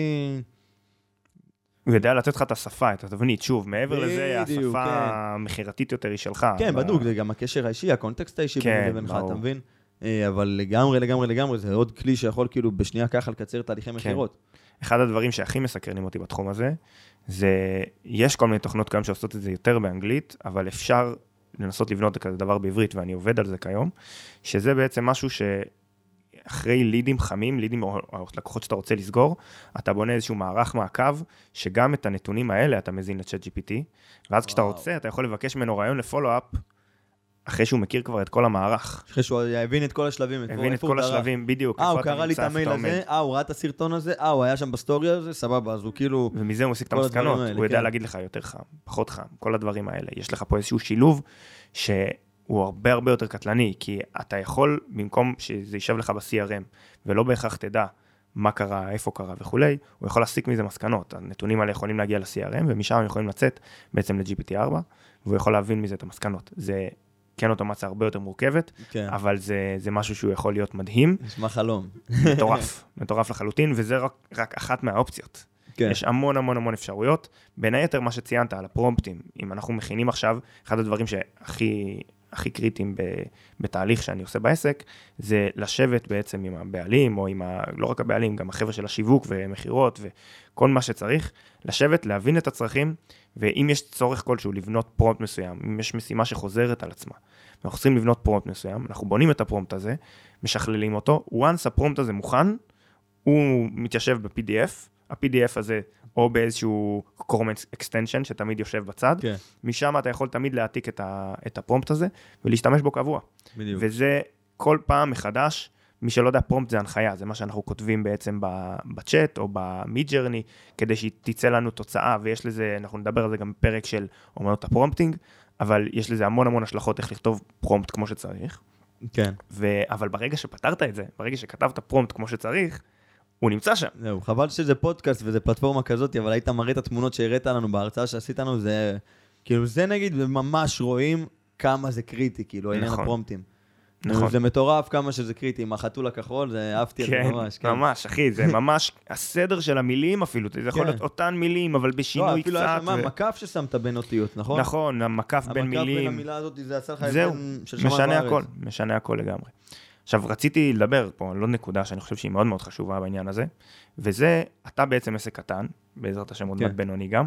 הוא יודע לתת לך את השפה, את התבנית, שוב, מעבר לזה, השפה המחירתית יותר היא שלך. כן, בדוק, זה גם הקשר האישי, הקונטקסט האישי ביני לבינך, אתה מבין? אבל לגמרי, לגמרי, לגמרי, זה עוד כלי שיכול כאילו בשנייה ככה לקצר תהליכי מחירות. אחד הדברים שהכי מסקרנים אותי בתחום הזה, זה, יש כל מיני תוכנות כיום שעושות את זה יותר באנגלית, אבל אפשר לנסות לבנות כזה דבר בעברית, ואני עובד על זה כיום, שזה בעצם משהו שאחרי לידים חמים, לידים או לקוחות שאתה רוצה לסגור, אתה בונה איזשהו מערך מעקב, שגם את הנתונים האלה אתה מזין ל-צ'אט ג'י פי טי, ואז כשאתה רוצה, אתה יכול לבקש ממנו רעיון לפולו-אפ, אחרי שהוא מכיר כבר את כל המערך. אחרי שהוא הבין את כל השלבים. הבין את כל השלבים, בדיוק. אה, הוא קרא לי את המייל הזה, אה, הוא ראה את הסרטון הזה, אה, הוא היה שם בסטורי הזה, סבבה, אז הוא כאילו... ומזה הוא מסיק את המסקנות, הוא יודע להגיד לך יותר חם, פחות חם, כל הדברים האלה. יש לך פה איזשהו שילוב שהוא הרבה הרבה יותר קטלני, כי אתה יכול, במקום שזה יישב לך ב-סי אר אם, ולא בהכרח תדע מה קרה, איפה קרה וכולי, הוא יכול להסיק מזה מסקנות. הנתונים האלה יכולים להגיע ל-סי אר אם, ומשם הם יכולים לצאת בעצם ל-ג'י פי טי ארבע, והוא יכול להבין מזה את המסקנות. זה כן אוטומציה הרבה יותר מורכבת, כן. אבל זה, זה משהו שהוא יכול להיות מדהים. נשמע חלום. מטורף, מטורף לחלוטין, וזה רק, רק אחת מהאופציות. כן. יש המון המון המון אפשרויות, בין היתר מה שציינת על הפרומפטים, אם אנחנו מכינים עכשיו, אחד הדברים שהכי הכי קריטיים בתהליך שאני עושה בעסק, זה לשבת בעצם עם הבעלים, או עם ה, לא רק הבעלים, גם החבר'ה של השיווק ומחירות, וכל מה שצריך, לשבת, להבין את הצרכים, ואם יש צורך כלשהו לבנות פרומפט מסוים, אם יש משימה שחוזרת על עצמה, אנחנו צריכים לבנות פרומפט מסוים, אנחנו בונים את הפרומפט הזה, משכללים אותו, once הפרומפט הזה מוכן, הוא מתיישב ב-פי די אף, ה-פי די אף הזה, או באיזשהו קורמנט אקסטנשן שתמיד יושב בצד, כן. משם אתה יכול תמיד להעתיק את, ה, את הפרומפט הזה, ולהשתמש בו קבוע. בדיוק. וזה כל פעם מחדש, מי שלא יודע, פרומפט זה הנחיה, זה מה שאנחנו כותבים בעצם בצ'אט, או במיד-ג'רני, כדי שתצא לנו תוצאה, ויש לזה, אנחנו נדבר על זה גם בפרק של אומנות הפרומפטינג, אבל יש לזה המון המון השלכות איך לכתוב פרומפט כמו שצריך. כן. ו, אבל ברגע שפתרת את זה, ברגע שכתבת פרומפט כמו שצריך, הוא נמצא שם. זהו, חבל שזה פודקאסט וזה פלטפורמה כזאת, אבל היית מראה את התמונות שהראית לנו בהרצאה שעשית לנו, זה, כאילו, זה נגיד, וממש רואים כמה זה קריטי, כאילו, העניין הפרומפטים. נכון. זה מטורף כמה שזה קריטי, עם החתול הכחול, זה אהבתי על זה ממש. כן, ממש, אחי, זה ממש הסדר של המילים אפילו, זה יכול להיות אותן מילים, אבל בשינוי קצת. לא, אפילו היה שם מקף ששמת בין אותיות, נכון? נכון, המקף בין מילים. המקף בין המילה הזאת, זה עשה לך זהו, משנה הכל, משנה הכל לגמרי. עכשיו, רציתי לדבר פה, לא נקודה שאני חושב שהיא מאוד מאוד חשובה בעניין הזה, וזה, אתה בעצם עסק קטן, בעזרת השם עוד מעט בינוני גם,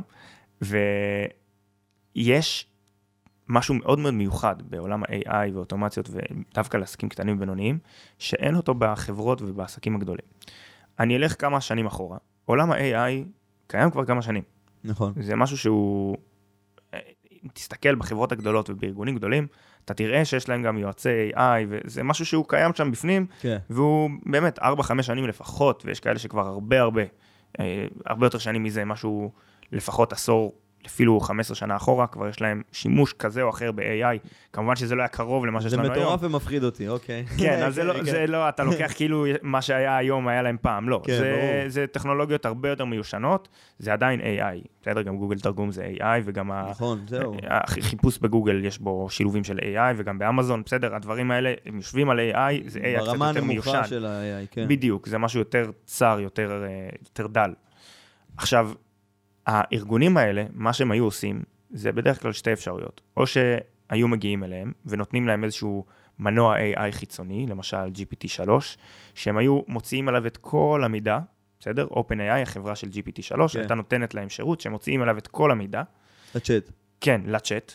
ויש משהו מאוד מאוד מיוחד בעולם ה-איי איי ואוטומציות, ודווקא לעסקים קטנים ובינוניים, שאין אותו בחברות ובעסקים הגדולים. אני אלך כמה שנים אחורה. עולם ה-איי איי קיים כבר כמה שנים. נכון. זה משהו שהוא, תסתכל בחברות הגדולות ובארגונים גדולים, אתה תראה שיש להם גם יועצי איי איי, וזה משהו שהוא קיים שם בפנים, כן. והוא באמת ארבע חמש שנים לפחות, ויש כאלה שכבר הרבה הרבה, הרבה יותר שנים מזה, משהו לפחות עשור, אפילו חמש עשרה שנה אחורה, כבר יש להם שימוש כזה או אחר ב-איי איי, כמובן שזה לא היה קרוב למה שיש לנו היום. זה מטורף ומפחיד אותי, אוקיי. כן, אז זה לא, זה לא, אתה לוקח כאילו מה שהיה היום, היה להם פעם, לא. זה, זה טכנולוגיות הרבה יותר מיושנות, זה עדיין איי איי. בסדר, גם גוגל תרגום זה איי איי, וגם נכון, זהו. החיפוש בגוגל יש בו שילובים של איי איי, וגם באמזון, בסדר, הדברים האלה, הם יושבים על איי איי, זה איי איי קצת יותר מיושן. ברמה נמוכה של ה-איי איי, כן. בדיוק, זה משהו יותר צר, יותר, יותר דל. עכשיו, הארגונים האלה, מה שהם היו עושים, זה בדרך כלל שתי אפשרויות. או שהיו מגיעים אליהם, ונותנים להם איזשהו מנוע איי איי חיצוני, למשל ג'י פי טי שלוש, שהם היו מוציאים עליו את כל המידע, בסדר? OpenAI, החברה של ג'י פי טי שלוש, הייתה נותנת להם שירות, שהם מוציאים עליו את כל המידע. לצ'אט. כן, לצ'אט.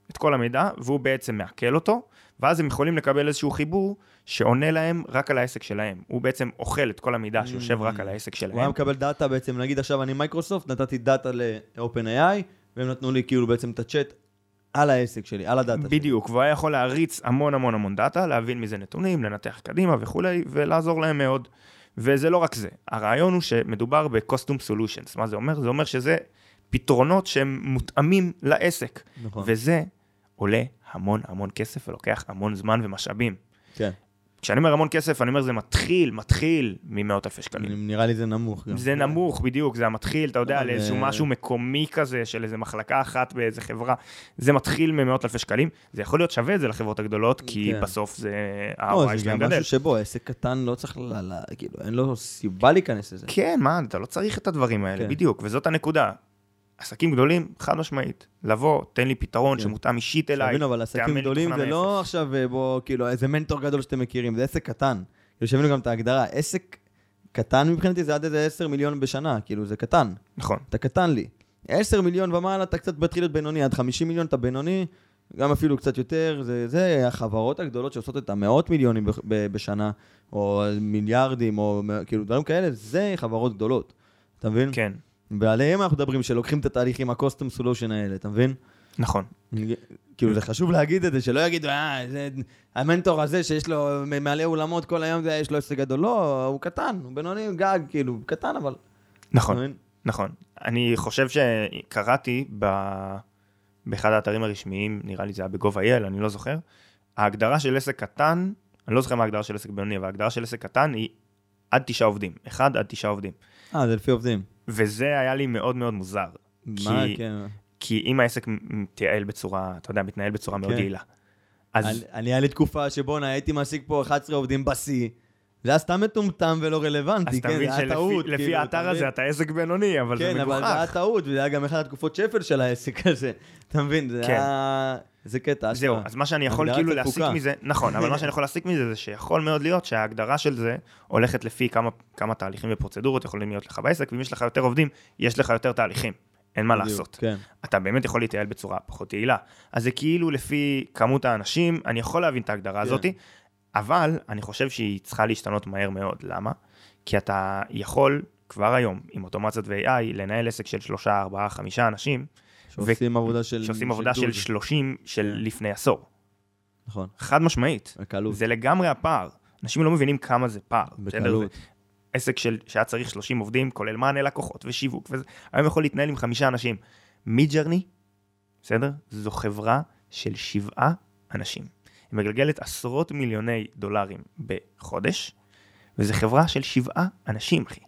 את כל המידע, והוא בעצם מעכל אותו, ואז הם יכולים לקבל איזשהו חיבור שעונה להם רק על העסק שלהם. הוא בעצם אוכל את כל המידע שיושב רק על העסק שלהם. הוא היה מקבל דאטה בעצם, נגיד עכשיו אני מייקרוסופט, נתתי דאטה ל-OpenAI, והם נתנו לי כאילו בעצם את הצ'אט על העסק שלי, על הדאטה שלי. בדיוק, והוא היה יכול להריץ המון המון המון דאטה, להבין מזה נתונים, לנתח קדימה וכולי, ולעזור להם מאוד. וזה לא רק זה. הרעיון הוא שמדובר ב-Custom Solutions. מה זה אומר? זה אומר שזה פתרונות שהם מותאמים לעסק. נכון. וזה עולה המון המון כסף ולוקח המון זמן ומשאבים. כן. כשאני אומר המון כסף, אני אומר זה מתחיל, מתחיל ממאות אלפי שקלים. נראה לי זה נמוך. זה נמוך, בדיוק, זה המתחיל, אתה יודע, לאיזשהו משהו מקומי כזה, של איזו מחלקה אחת באיזו חברה, זה מתחיל ממאות אלפי שקלים, זה יכול להיות שווה את זה לחברות הגדולות, כי בסוף זה ה-אר או איי שלהם גדל. זה גם משהו שבו, עסק קטן לא צריך, כאילו, אין לו סיבה להיכנס לזה. כן, מה, אתה לא צריך את הדברים האלה, בדיוק, וזאת הנקודה. עסקים גדולים, חד משמעית, לבוא, תן לי פתרון שמותאם אישית אליי. שבינו, אבל עסקים גדולים זה לא עכשיו, בוא, כאילו, איזה מנטור גדול שאתם מכירים, זה עסק קטן. כאילו, שבינו גם את ההגדרה, עסק קטן מבחינתי זה עד איזה עשר מיליון בשנה, כאילו, זה קטן. נכון. אתה קטן לי. עשר מיליון ומעלה, אתה קצת בתחיל להיות בינוני, עד חמישים מיליון אתה בינוני, גם אפילו קצת יותר, זה, זה החברות הגדולות שעושות את המאות מיליונים בשנה, או מיליארדים, או כאילו, דברים כאלה, זה חברות גדולות. אתה מבין? כן. ועליהם אנחנו מדברים, שלוקחים את התהליכים, ה-Custom Solution האלה, אתה מבין? נכון. כאילו, זה חשוב להגיד את זה, שלא יגידו, אה, זה המנטור הזה שיש לו מעלה אולמות כל היום, יש לו עסק גדול. לא, הוא קטן, הוא בינוני, גג, כאילו, קטן, אבל... נכון, נכון. אני חושב שקראתי באחד האתרים הרשמיים, נראה לי זה היה ב-גוב איי אל, אני לא זוכר, ההגדרה של עסק קטן, אני לא זוכר מה ההגדרה של עסק בינוני, אבל ההגדרה של עסק קטן היא עד תשעה עובדים, אחד עד תשעה עובדים. אה, זה לפי עובדים. וזה היה לי מאוד מאוד מוזר. מה, כי, כן. כי אם העסק מתייעל בצורה, אתה יודע, מתנהל בצורה מאוד יעילה. אז... אני היה לי תקופה שבונה, הייתי מעסיק פה אחד עשר עובדים בסי, זה היה סתם מטומטם ולא רלוונטי, כן, זה היה טעות. לפי האתר הזה אתה עסק בינוני, אבל זה מגוחך. כן, אבל זה היה טעות, וזה היה גם אחד התקופות שפל של העסק הזה. אתה מבין, זה היה... זה קטע. זהו, אז מה שאני יכול כאילו להסיק מזה, נכון, אבל מה שאני יכול להסיק מזה זה שיכול מאוד להיות שההגדרה של זה הולכת לפי כמה, כמה תהליכים ופרוצדורות יכולים להיות לך בעסק, ואם יש לך יותר עובדים, יש לך יותר תהליכים. אין מה לעשות. כן. אתה באמת יכול להתייעל בצורה פחות יעילה. אז זה כאילו לפי כמות האנשים, אני יכול להבין את ההגדרה הזאת, אבל אני חושב שהיא צריכה להשתנות מהר מאוד. למה? כי אתה יכול כבר היום, עם אוטומציות ו-איי איי, לנהל עסק של שלושה, ארבעה, חמישה אנשים, שעושים עבודה של... שעושים עבודה של שלושים של לפני עשור. נכון. חד משמעית. בקלות. זה לגמרי הפער. אנשים לא מבינים כמה זה פער. בקלות. עסק של, שהיה צריך שלושים עובדים, כולל מענה לקוחות ושיווק, וזה, היום יכול להתנהל עם חמישה אנשים. מידג'רני, בסדר? זו חברה של שבעה אנשים. היא מגלגלת עשרות מיליוני דולרים בחודש, וזו חברה של שבעה אנשים, אחי.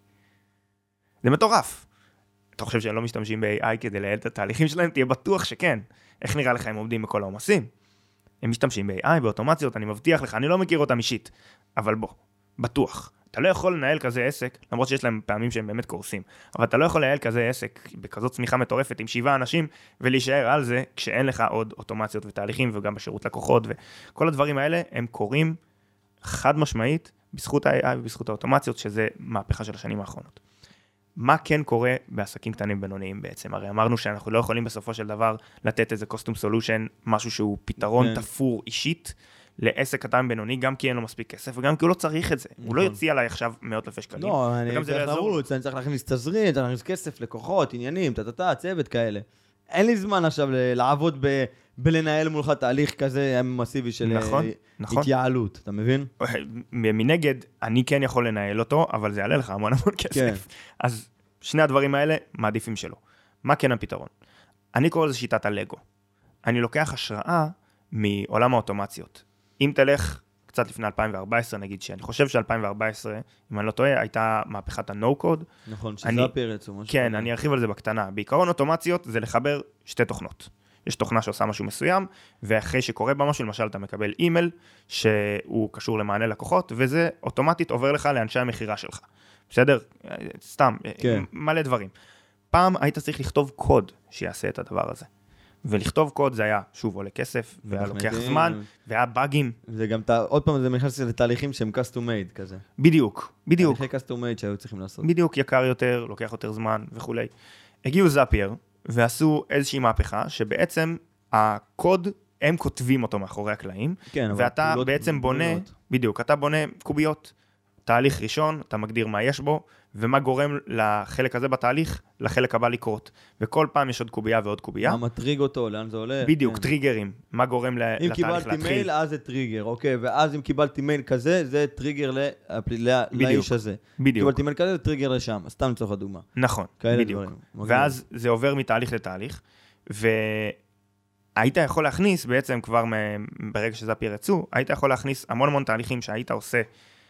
זה מטורף. אתה חושב שהם לא משתמשים ב-איי איי כדי לייעל את התהליכים שלהם? תהיה בטוח שכן. איך נראה לך הם עומדים בכל העומסים? הם משתמשים ב-איי איי, באוטומציות, אני מבטיח לך, אני לא מכיר אותם אישית, אבל בוא, בטוח. אתה לא יכול לנהל כזה עסק, למרות שיש להם פעמים שהם באמת קורסים, אבל אתה לא יכול לנהל כזה עסק בכזאת צמיחה מטורפת עם שבעה אנשים, ולהישאר על זה כשאין לך עוד אוטומציות ותהליכים, וגם בשירות לקוחות, וכל הדברים האלה הם קורים חד משמעית, בזכות ה-איי איי ובזכות האוטומציות, שזה מהפכה של השנים האחרונות. מה כן קורה בעסקים קטנים בינוניים בעצם? הרי אמרנו שאנחנו לא יכולים בסופו של דבר לתת איזה custom solution, משהו שהוא פתרון תפור אישית, לעסק קטן בינוני, גם כי אין לו מספיק כסף, וגם כי הוא לא צריך את זה. הוא לא יוציא עליי עכשיו מאות אלפי שקלים. לא, אני צריך לרוץ, אני צריך להכניס תזרים, אני צריך להכניס כסף, לקוחות, עניינים, תתתה, צוות כאלה. אין לי זמן עכשיו לעבוד בלנהל מולך תהליך כזה מסיבי של התייעלות, אתה מבין? מנגד, אני כן יכול לנהל אותו, אבל זה יעלה לך המון המון כסף. אז שני הדברים האלה מעדיפים שלו. מה כן הפתרון? אני קורא לזה שיטת הלגו. אני לוקח השראה מעולם האוטומציות. אם תלך קצת לפני אלפיים וארבע עשרה, נגיד, שאני חושב ש-אלפיים וארבע עשרה, אם אני לא טועה, הייתה מהפכת ה-no-code. נכון, שזה הפרץ או משהו. כן, אני ארחיב על זה בקטנה. בעיקרון אוטומציות זה לחבר שתי תוכנות. יש תוכנה שעושה משהו מסוים, ואחרי שקורה בה משהו, למשל, אתה מקבל אימייל, שהוא קשור למענה לקוחות, וזה אוטומטית עובר לך לאנשי המחירה שלך. בסדר? סתם, כן. מלא דברים. פעם היית צריך לכתוב קוד שיעשה את הדבר הזה. ולכתוב קוד זה היה, שוב, עולה כסף, והיה לוקח זמן, והיה באגים. זה גם, עוד פעם, זה נכנס לתהליכים שהם custom made כזה. בדיוק, בדיוק. תהליכי custom made שהיו צריכים לעשות. בדיוק, יקר יותר, לוקח יותר זמן וכו'. הגיעו זאפייר, ועשו איזושהי מהפכה, שבעצם הקוד, הם כותבים אותו מאחורי הקלעים, כן, אבל ואתה פעולות בעצם בונה, בנויות. בדיוק, אתה בונה קוביות. תהליך ראשון, אתה מגדיר מה יש בו, ומה גורם לחלק הזה בתהליך, לחלק הבא לקרות. וכל פעם יש עוד קובייה ועוד קובייה. מה מטריג אותו, לאן זה הולך. בדיוק, כן. טריגרים. מה גורם ל- אם לתהליך קיבלתי להתחיל. מייל, אז זה טריגר, אוקיי, ואז אם קיבלתי מייל כזה, זה טריגר ל- ל- לאיש הזה. בדיוק. קיבלתי מייל כזה, זה טריגר לשם, סתם לצורך הדוגמה. נכון, כאלה בדיוק. דברים. ואז זה עובר מתהליך לתהליך, והיית יכול להכניס, בעצם כבר מ- ברגע שזאפייר יצאו, היית יכול להכניס המון המון תהליכים שהיית עושה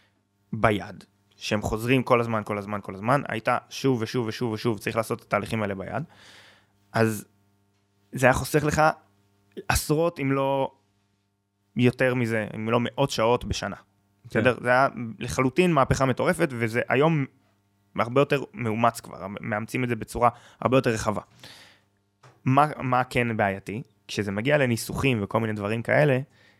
ביד, שהם חוזרים כל הזמן, כל הזמן, כל הזמן, היית שוב ושוב ושוב ושוב צריך לעשות את התהליכים האלה ביד, אז זה היה חוסך לך עשרות, אם לא יותר מזה, אם לא מאות שעות בשנה. בסדר? זה היה לחלוטין מהפכה מטורפת, וזה היום הרבה יותר מאומץ כבר, מאמצים את זה בצורה הרבה יותר רחבה. מה, מה כן בעייתי? כשזה מגיע לניסוחים וכל מיני דברים כאלה,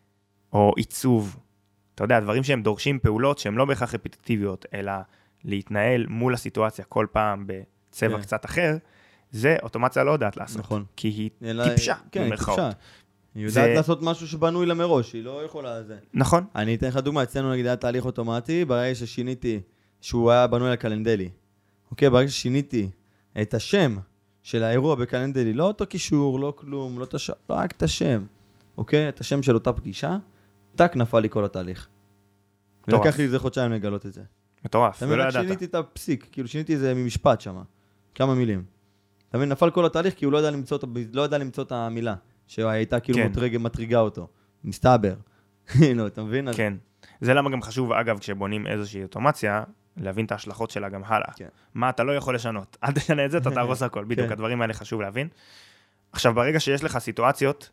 או עיצוב, אתה יודע, דברים שהם דורשים פעולות שהן לא בהכרח רפטיטיביות, אלא להתנהל מול הסיטואציה כל פעם בצבע כן. קצת אחר, זה אוטומציה לא יודעת לעשות. נכון. כי היא אלא- טיפשה, כן, היא במרכאות. טיפשה. היא זה- יודעת לעשות משהו שבנוי לה מראש, היא לא יכולה לזה. נכון? אני אתן לך דוגמה, אצלנו נגיד היה תהליך אוטומטי, ברגע ששיניתי, שהוא היה בנוי לקלנדלי. אוקיי, ברגע ששיניתי את השם של האירוע בקלנדלי, לא אותו קישור, לא כלום, לא את השם, רק את השם. אוקיי, את השם של אותה פגישה, טק נפל לי כל התהליך. מטורף. ולקח לי איזה חודשיים לגלות את זה. מטורף, אתה מבין, ולא רק ידעת. שיניתי את הפסיק, כאילו שיניתי את זה ממשפט שם, כמה מילים. אתה מבין, נפל כל התהליך כי הוא לא ידע למצוא, את ה- לא ידע למצוא את המילה, שהייתה כאילו כן. מטריג, מטריגה אותו. מסתבר. כאילו, אתה מבין? אז- כן. זה למה גם חשוב, אגב, כשבונים איזושהי אוטומציה, להבין את ההשלכות שלה גם הלאה. כן. מה אתה לא יכול לשנות? אל תשנה את זה, אתה תהרוס הכל. בדיוק, כן. הדברים האלה חשוב להבין. עכשיו, ברגע שיש לך סיטואציות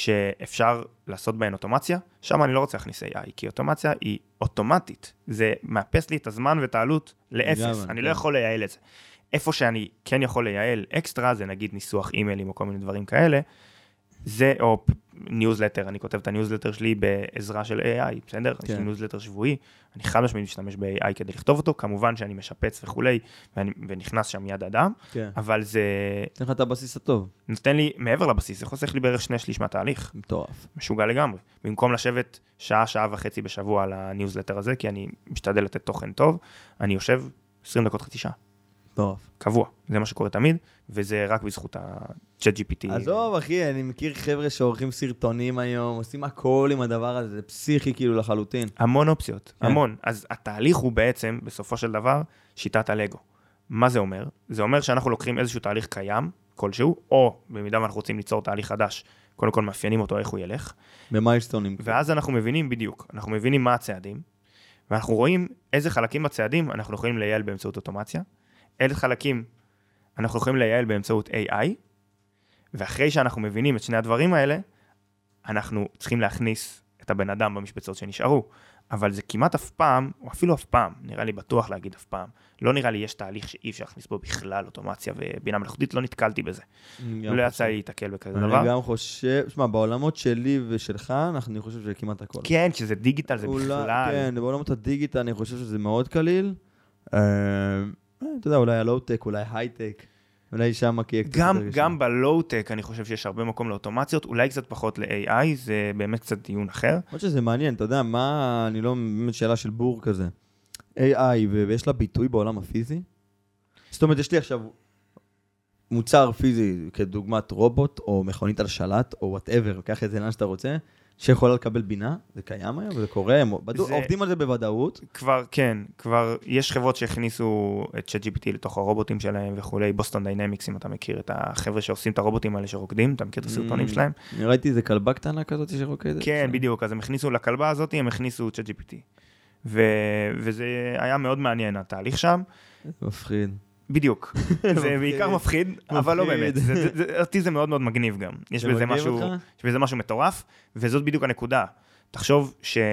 שאפשר לעשות בהן אוטומציה, שם אני לא רוצה להכניס איי איי, כי אוטומציה היא אוטומטית. זה מאפס לי את הזמן ואת העלות לאפס. לגמרי, אני כן. לא יכול לייעל את זה. איפה שאני כן יכול לייעל אקסטרה, זה נגיד ניסוח אימיילים או כל מיני דברים כאלה, זה, או ניוזלטר, אני כותב את הניוזלטר שלי בעזרה של איי איי, בסדר? יש לי כן. ניוזלטר שבועי, אני חד משמעית משתמש ב-איי איי כדי לכתוב אותו, כמובן שאני משפץ וכולי, ואני- ונכנס שם יד אדם, כן. אבל זה תן לך את הבסיס הטוב. נותן לי, מעבר לבסיס, זה חוסך לי בערך שני שליש מהתהליך, מטורף. משוגע לגמרי. במקום לשבת שעה, שעה וחצי בשבוע על הניוזלטר הזה, כי אני משתדל לתת תוכן טוב, אני יושב עשרים דקות חצי שעה. מטורף. קבוע, זה מה שקורה תמיד, וזה רק בזכות ה-צ'אט ג'י פי טי. עזוב, אחי, אני מכיר חבר'ה שעורכים סרטונים היום, עושים הכל עם הדבר הזה, זה פסיכי כאילו לחלוטין. המון אופציות, כן. המון. אז התהליך הוא בעצם, בסופו של דבר, שיטת הלגו. מה זה אומר? זה אומר שאנחנו לוקחים איזשהו תהליך קיים, כלשהו, או במידה ואנחנו רוצים ליצור תהליך חדש, קודם כל מאפיינים אותו איך הוא ילך, במיילסטונים. ואז אנחנו מבינים בדיוק, אנחנו מבינים מה הצעדים, ואנחנו רואים איזה חלקים בצעדים אנחנו יכולים לייעל באמצעות אוטומציה, איזה חלקים אנחנו יכולים לייעל באמצעות איי איי, ואחרי שאנחנו מבינים את שני הדברים האלה, אנחנו צריכים להכניס את הבן אדם במשבצות שנשארו, אבל זה כמעט אף פעם, או אפילו אף פעם, נראה לי בטוח להגיד אף פעם, לא נראה לי יש תהליך שאי אפשר להכניס בו בכלל אוטומציה ובינה מלאכותית, לא נתקלתי בזה. לא יצא לי להתקל בכזה דבר. אני גם חושב, שמע, בעולמות שלי ושלך, אני חושב שזה כמעט הכל. כן, שזה דיגיטל זה אולי- בכלל. כן, בעולמות הדיגיטל אני חושב שזה מאוד קליל. אה, אתה יודע, אולי הלואו-טק, אולי הייטק, אולי שם יהיה קצת גם, יותר קשה. גם בלואו-טק אני חושב שיש הרבה מקום לאוטומציות, אולי קצת פחות ל-איי איי, זה באמת קצת דיון אחר. למרות שזה מעניין, אתה יודע, מה, אני לא, באמת שאלה של בור כזה. איי איי, ויש לה ביטוי בעולם הפיזי? זאת אומרת, יש לי עכשיו מוצר פיזי, כדוגמת רובוט, או מכונית על שלט, או whatever, קח את זה לאן שאתה רוצה, שיכולה לקבל בינה, זה קיים היום, וזה קורה, הם בדו, זה- עובדים על זה בוודאות. כבר, כן, כבר יש חברות שהכניסו את צ'אט ג'י פי טי לתוך הרובוטים שלהם וכולי, בוסטון דיינמיקס, אם אתה מכיר את החבר'ה שעושים את הרובוטים האלה שרוקדים, אתה מכיר את הסרטונים Mm. שלהם? אני ראיתי איזה כלבה קטנה כזאת שרוקדת. כן, בדיוק, אז הם הכניסו לכלבה הזאת, הם הכניסו צ'אט ג'י פי טי. ו- וזה היה מאוד מעניין, התהליך שם. מפחיד. בדיוק. זה בעיקר מפחיד, אבל לא מפחיד. באמת. זה- זה- זה- אותי זה מאוד מאוד מגניב גם. יש זה בזה מגניב משהו, אותך? יש בזה משהו מטורף, וזאת בדיוק הנקודה. תחשוב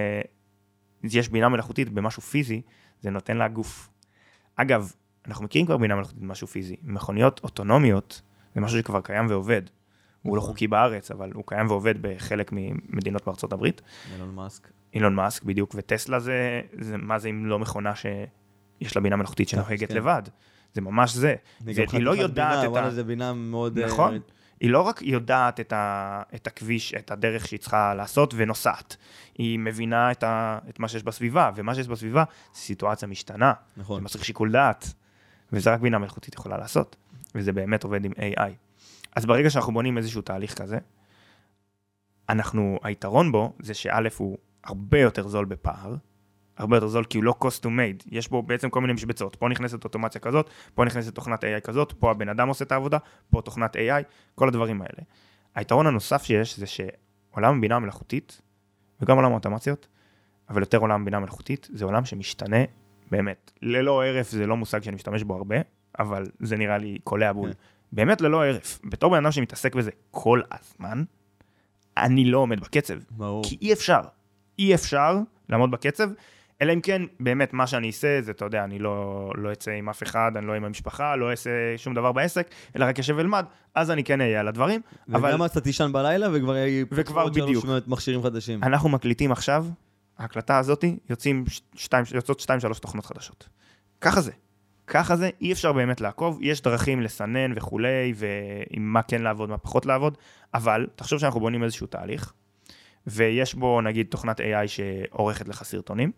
שיש בינה מלאכותית במשהו פיזי, זה נותן לה גוף. אגב, אנחנו מכירים כבר בינה מלאכותית במשהו פיזי. מכוניות אוטונומיות, זה משהו שכבר קיים ועובד. הוא לא חוקי בארץ, אבל הוא קיים ועובד בחלק ממדינות בארצות הברית. אילון מאסק. אילון מאסק בדיוק, וטסלה זה, זה מה זה אם לא מכונה שיש לה בינה מלאכותית שנוהגת כן. לבד. זה ממש זה. זה היא לא יודעת את ה... זה בינה מאוד... נכון. היא לא רק יודעת את, ה, את הכביש, את הדרך שהיא צריכה לעשות ונוסעת. היא מבינה את, ה, את מה שיש בסביבה, ומה שיש בסביבה זה סיטואציה משתנה. נכון. זה מצריך שיקול דעת, וזה רק בינה מלאכותית יכולה לעשות, וזה באמת עובד עם איי איי. אז ברגע שאנחנו בונים איזשהו תהליך כזה, אנחנו, היתרון בו זה שא' הוא הרבה יותר זול בפער, הרבה יותר זול כי הוא לא cost to made, יש בו בעצם כל מיני משבצות, פה נכנסת אוטומציה כזאת, פה נכנסת תוכנת איי איי כזאת, פה הבן אדם עושה את העבודה, פה תוכנת איי איי, כל הדברים האלה. היתרון הנוסף שיש זה שעולם הבינה המלאכותית, וגם עולם האוטומציות, אבל יותר עולם הבינה המלאכותית, זה עולם שמשתנה באמת. ללא ערף זה לא מושג שאני משתמש בו הרבה, אבל זה נראה לי קולע בול. באמת ללא ערף. בתור בן אדם שמתעסק בזה כל הזמן, אני לא עומד בקצב. ברור. כי אי אפשר. אי אפשר לעמוד בקצב, אלא אם כן, באמת, מה שאני אעשה, זה, אתה יודע, אני לא, לא אצא עם אף אחד, אני לא עם המשפחה, לא אעשה שום דבר בעסק, אלא רק ישב ולמד, אז אני כן אהיה על הדברים. וגם אבל... אז אתה תישן בלילה, וכבר וכבר בדיוק. מכשירים חדשים. אנחנו מקליטים עכשיו, ההקלטה הזאת, יוצאים שתיים, יוצאות שתיים, שלוש תוכנות חדשות. ככה זה. ככה זה, אי אפשר באמת לעקוב, יש דרכים לסנן וכולי, ועם מה כן לעבוד, מה פחות לעבוד, אבל תחשוב שאנחנו בונים איזשהו תהליך, ויש בו, נגיד, תוכנת איי איי שעורכת לך סרטונים,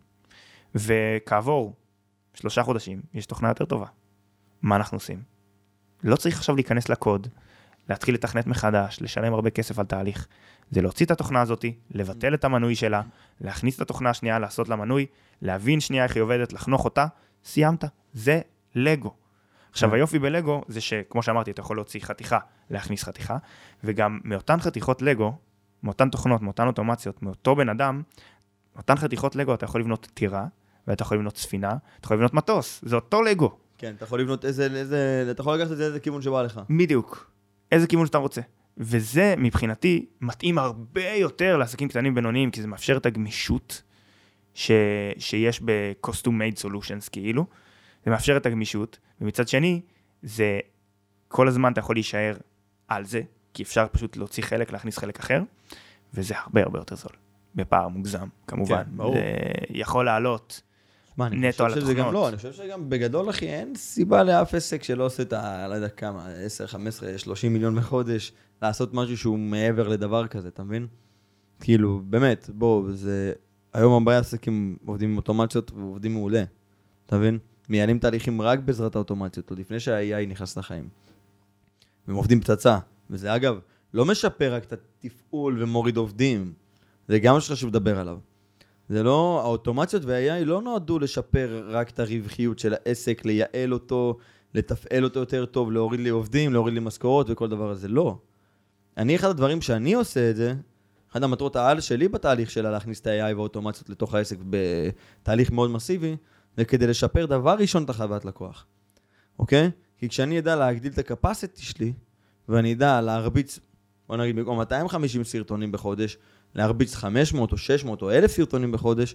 וכעבור שלושה חודשים, יש תוכנה יותר טובה. מה אנחנו עושים? לא צריך עכשיו להיכנס לקוד, להתחיל לתכנת מחדש, לשלם הרבה כסף על תהליך. זה להוציא את התוכנה הזאת, לבטל את המנוי שלה, להכניס את התוכנה השנייה, לעשות לה מנוי, להבין שנייה איך היא עובדת, לחנוך אותה, סיימת. זה לגו. עכשיו, היופי בלגו זה שכמו שאמרתי, אתה יכול להוציא חתיכה, להכניס חתיכה, וגם מאותן חתיכות לגו, מאותן תוכנות, מאותן אוטומציות, מאותו בן אדם, מאותן חתיכות לגו אתה יכול לבנות טירה, ואתה יכול לבנות ספינה, אתה יכול לבנות מטוס, זה אותו לגו. כן, אתה יכול לבנות איזה, איזה, אתה יכול לקחת את זה איזה כיוון שבא לך. בדיוק. איזה כיוון שאתה רוצה. וזה מבחינתי מתאים הרבה יותר לעסקים קטנים בינוניים, כי זה מאפשר את הגמישות ש... שיש ב-cost to made solutions כאילו, זה מאפשר את הגמישות, ומצד שני, זה כל הזמן אתה יכול להישאר על זה, כי אפשר פשוט להוציא חלק, להכניס חלק אחר, וזה הרבה הרבה יותר זול. בפער מוגזם, כמובן. כן, ברור. זה יכול לעלות נטו על התוכנות. גם, לא, אני חושב שגם בגדול, אחי, אין סיבה לאף עסק שלא עושה את ה... לא יודע כמה, עשר, חמש עשרה, שלושים מיליון בחודש, לעשות משהו שהוא מעבר לדבר כזה, אתה מבין? כאילו, באמת, בוא, זה... היום הרבה עסקים עובדים עם אוטומציות ועובדים מעולה, אתה מבין? מייעלים תהליכים רק בעזרת האוטומציות, עוד לפני שה-איי איי נכנס לחיים. והם עובדים פצצה, וזה אגב, לא משפר רק את התפעול ומוריד עובדים, זה גם שחשוב לדבר עליו. זה לא, האוטומציות וה-איי איי לא נועדו לשפר רק את הרווחיות של העסק, לייעל אותו, לתפעל אותו יותר טוב, להוריד לי עובדים, להוריד לי משכורות וכל דבר הזה, לא. אני, אחד הדברים שאני עושה את זה, אחד המטרות העל שלי בתהליך שלה להכניס את ה-איי איי והאוטומציות לתוך העסק בתהליך מאוד מסיבי, זה כדי לשפר דבר ראשון את החוויית לקוח. אוקיי? כי כשאני אדע להגדיל את הקפסיטי שלי, ואני אדע להרביץ, בוא נגיד, במקום מאתיים וחמישים סרטונים בחודש, להרביץ חמש מאות או שש מאות או אלף סרטונים בחודש,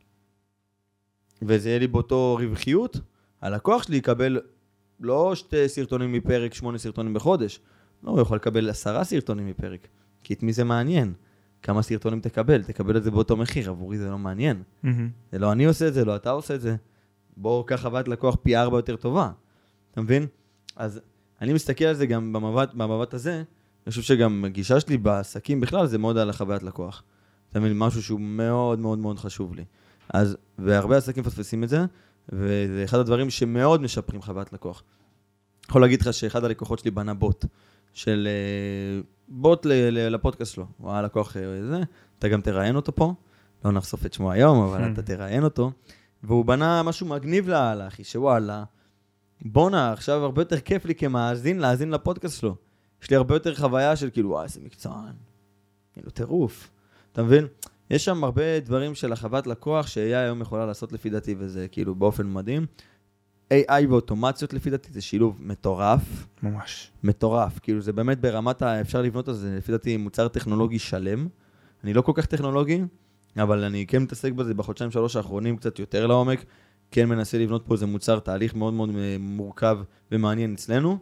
וזה יהיה לי באותו רווחיות, הלקוח שלי יקבל לא שתי סרטונים מפרק, שמונה סרטונים בחודש, לא, הוא יכול לקבל עשרה סרטונים מפרק, כי את מי זה מעניין? כמה סרטונים תקבל? תקבל את זה באותו מחיר, עבורי זה לא מעניין. Mm-hmm. זה לא אני עושה את זה, לא אתה עושה את זה. בואו ככה חוות לקוח פי ארבע יותר טובה. אתה מבין? אז אני מסתכל על זה גם במבט, במבט הזה, אני חושב שגם הגישה שלי בעסקים בכלל זה מאוד על החוויית לקוח. אתה מבין? משהו שהוא מאוד מאוד מאוד חשוב לי. אז, והרבה עסקים פספסים את זה, וזה אחד הדברים שמאוד משפרים חוויית לקוח. יכול להגיד לך שאחד הלקוחות שלי בנה בוט, של בוט לפודקאסט שלו. הוא היה לקוח זה, אתה גם תראיין אותו פה, לא נחשוף את שמו היום, אבל אתה תראיין אותו, והוא בנה משהו מגניב לה, אחי, שוואלה, בונה, עכשיו הרבה יותר כיף לי כמאזין, להאזין לפודקאסט שלו. יש לי הרבה יותר חוויה של כאילו, וואי, איזה מקצוען. כאילו, טירוף. אתה מבין? יש שם הרבה דברים של החוות לקוח, ש-איי איי היום יכולה לעשות לפי דעתי, וזה כאילו באופן מדהים. איי איי ואוטומציות לפי דעתי, זה שילוב מטורף. ממש. מטורף. כאילו, זה באמת ברמת ה... אפשר לבנות על זה, לפי דעתי, מוצר טכנולוגי שלם. אני לא כל כך טכנולוגי, אבל אני כן מתעסק בזה בחודשיים שלוש האחרונים קצת יותר לעומק. כן מנסה לבנות פה איזה מוצר, תהליך מאוד מאוד מורכב ומעניין אצלנו.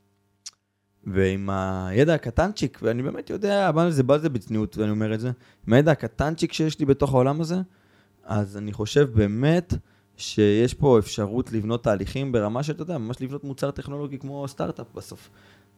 ועם הידע הקטנצ'יק, ואני באמת יודע, אבל זה בא זה בצניעות, ואני אומר את זה, עם הידע הקטנצ'יק שיש לי בתוך העולם הזה, אז אני חושב באמת שיש פה אפשרות לבנות תהליכים ברמה שאתה יודע, ממש לבנות מוצר טכנולוגי כמו סטארט-אפ בסוף.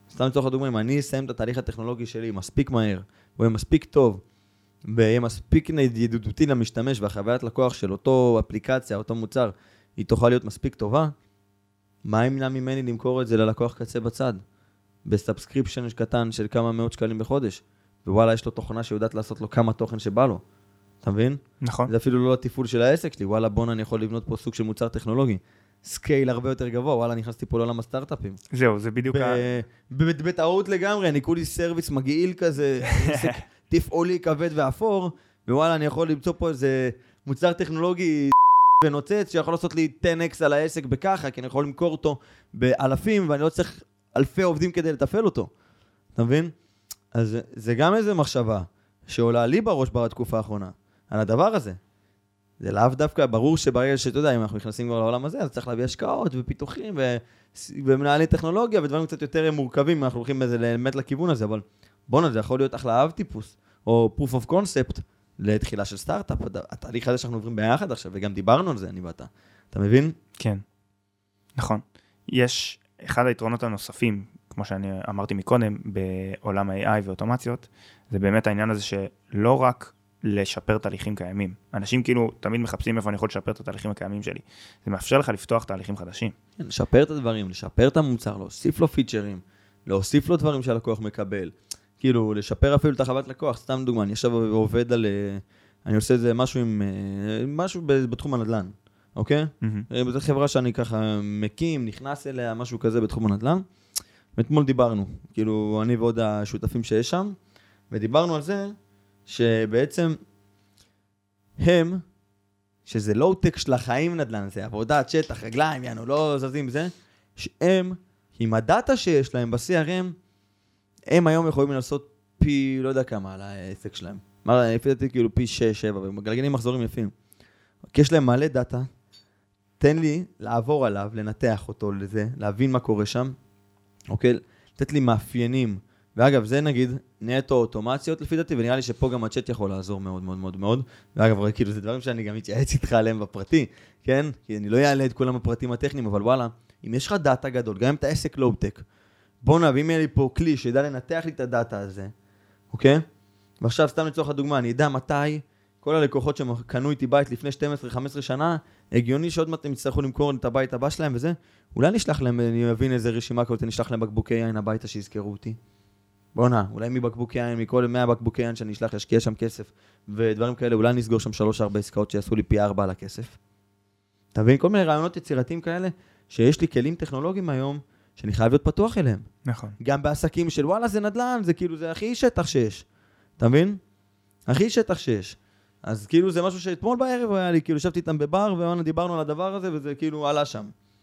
סתם לצורך הדוגמה, אם אני אסיים את התהליך הטכנולוגי שלי מספיק מהר, הוא יהיה מספיק טוב, ויהיה מספיק ידידותי למשתמש, והחוויית לקוח של אותו אפליקציה, אותו מוצר, היא תוכל להיות מספיק טובה, מה ימנע ממני למכור את זה ללקוח קצה בצד? בסאבסקריפשן קטן של כמה מאות שקלים בחודש, ווואלה, יש לו תוכנה שיודעת לעשות לו כמה תוכן שבא לו. אתה מבין? נכון. זה אפילו לא התפעול של העסק שלי, וואלה, בונה, אני יכול לבנות פה סוג של מוצר טכנולוגי. סקייל הרבה יותר גבוה, וואלה, נכנסתי פה לעולם הסטארט-אפים. זהו, זה בדיוק... בטעות לגמרי, אני כולי סרוויס מגעיל כזה, עסק תפעולי כבד ואפור, ווואלה, אני יכול למצוא פה איזה מוצר טכנולוגי ונוצץ, שיכול לעשות לי עשר אקס על העסק בככה, כי אני יכול למכור אותו באלפים, ואני לא צריך אלפי עובדים כדי לתפעל אותו. אתה מבין? אז זה גם איזה מחשבה שעולה לי בראש בתקופה האחרונה, על הדבר הזה. זה לאו דווקא, ברור שברגע שאתה יודע, אם אנחנו נכנסים כבר לעולם הזה, אז צריך להביא השקעות ופיתוחים ו... ומנהלי טכנולוגיה ודברים קצת יותר מורכבים, אם אנחנו הולכים בזה באמת לכיוון הזה, אבל בואו, זה יכול להיות אחלה אב טיפוס, או proof of concept לתחילה של סטארט-אפ, התהליך הזה שאנחנו עוברים ביחד עכשיו, וגם דיברנו על זה, אני ואתה. אתה מבין? כן, נכון. יש אחד היתרונות הנוספים, כמו שאני אמרתי מקודם, בעולם ה-איי איי ואוטומציות, זה באמת העניין הזה שלא רק לשפר תהליכים קיימים. אנשים כאילו תמיד מחפשים איפה אני יכול לשפר את התהליכים הקיימים שלי. זה מאפשר לך לפתוח תהליכים חדשים. לשפר את הדברים, לשפר את המוצר, להוסיף לו פיצ'רים, להוסיף לו דברים שהלקוח מקבל. כאילו, לשפר אפילו את החוות לקוח. סתם דוגמה, אני עכשיו עובד על... אני עושה איזה משהו עם... משהו בתחום הנדל"ן, אוקיי? Mm-hmm. זו חברה שאני ככה מקים, נכנס אליה, משהו כזה בתחום הנדל"ן. ואתמול דיברנו, כאילו, אני ועוד השותפים שיש שם, ודיברנו על זה שבעצם הם, שזה לואו-טק של החיים נדל"ן, זה עבודת שטח, רגליים, יענו, לא זזים זה, שהם, עם הדאטה שיש להם ב-סי אר אם, הם היום יכולים לעשות פי, לא יודע כמה, על העסק שלהם. מה, לפי דעתי כאילו פי שש, שבע, ומגלגלים מחזורים יפים. כי יש להם מלא דאטה, תן לי לעבור עליו, לנתח אותו לזה, להבין מה קורה שם, אוקיי? לתת לי מאפיינים, ואגב, זה נגיד נטו אוטומציות לפי דעתי, ונראה לי שפה גם הצ'אט יכול לעזור מאוד מאוד מאוד מאוד, ואגב, כאילו, זה דברים שאני גם מתייעץ איתך עליהם בפרטי, כן? כי אני לא אעלה את כולם הפרטים הטכניים, אבל וואלה, אם יש לך דאטה גדול, גם אם אתה עסק לואו-טק, בוא נביא, אם יהיה לי פה כלי שידע לנתח לי את הדאטה הזה, אוקיי? ועכשיו, סתם לצורך הדוגמה, אני יודע מתי כל הלקוחות שקנו איתי בית לפני שתים עשרה חמש עשרה שנה, הגיוני שעוד מעט הם יצטרכו למכור את הבית הבא שלהם וזה, אולי נשלח להם, אני מבין איזה רשימה כזאת, נשלח להם בקבוקי יין הביתה שיזכרו אותי. בוא נע, אולי מבקבוקי יין, מכל מאה בקבוקי יין שאני אשלח, ישקיע שם כסף, ודברים כאלה, אולי נסגור שם שלוש ארבע עסקאות שיעשו לי פי ארבע על הכסף. תבין, כל מיני רעיונות יצירתיים כאלה, שיש לי כלים טכנולוגיים היום, שאני חייב להיות פתוח אליהם. נכון. גם בעסקים של וואלה זה נדל"ן, זה כאילו, זה הכי שטח שיש. אתה מבין? הכי שטח שיש. אז כאילו זה משהו שאתמול בערב היה לי, כאילו ישבתי איתם בבר, ודיברנו על הדבר הזה, וזה כאילו עלה שם.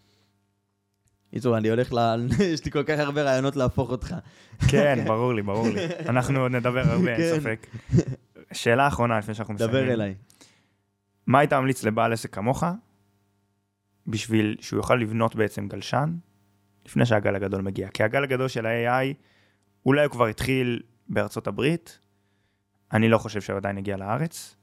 איצור, אני הולך ל... יש לי כל כך הרבה רעיונות להפוך אותך. כן, ברור לי, ברור לי. אנחנו עוד נדבר הרבה, אין ספק. שאלה אחרונה לפני שאנחנו מסיימים. דבר אליי. מה היית ממליץ לבעל עסק כמוך, בשביל שהוא יוכל לבנות בעצם גלשן, לפני שהגל הגדול מגיע? כי הגל הגדול של ה-איי איי, אולי הוא כבר התחיל בארצות הברית, אני לא חושב שהוא עדיין הגיע לארץ,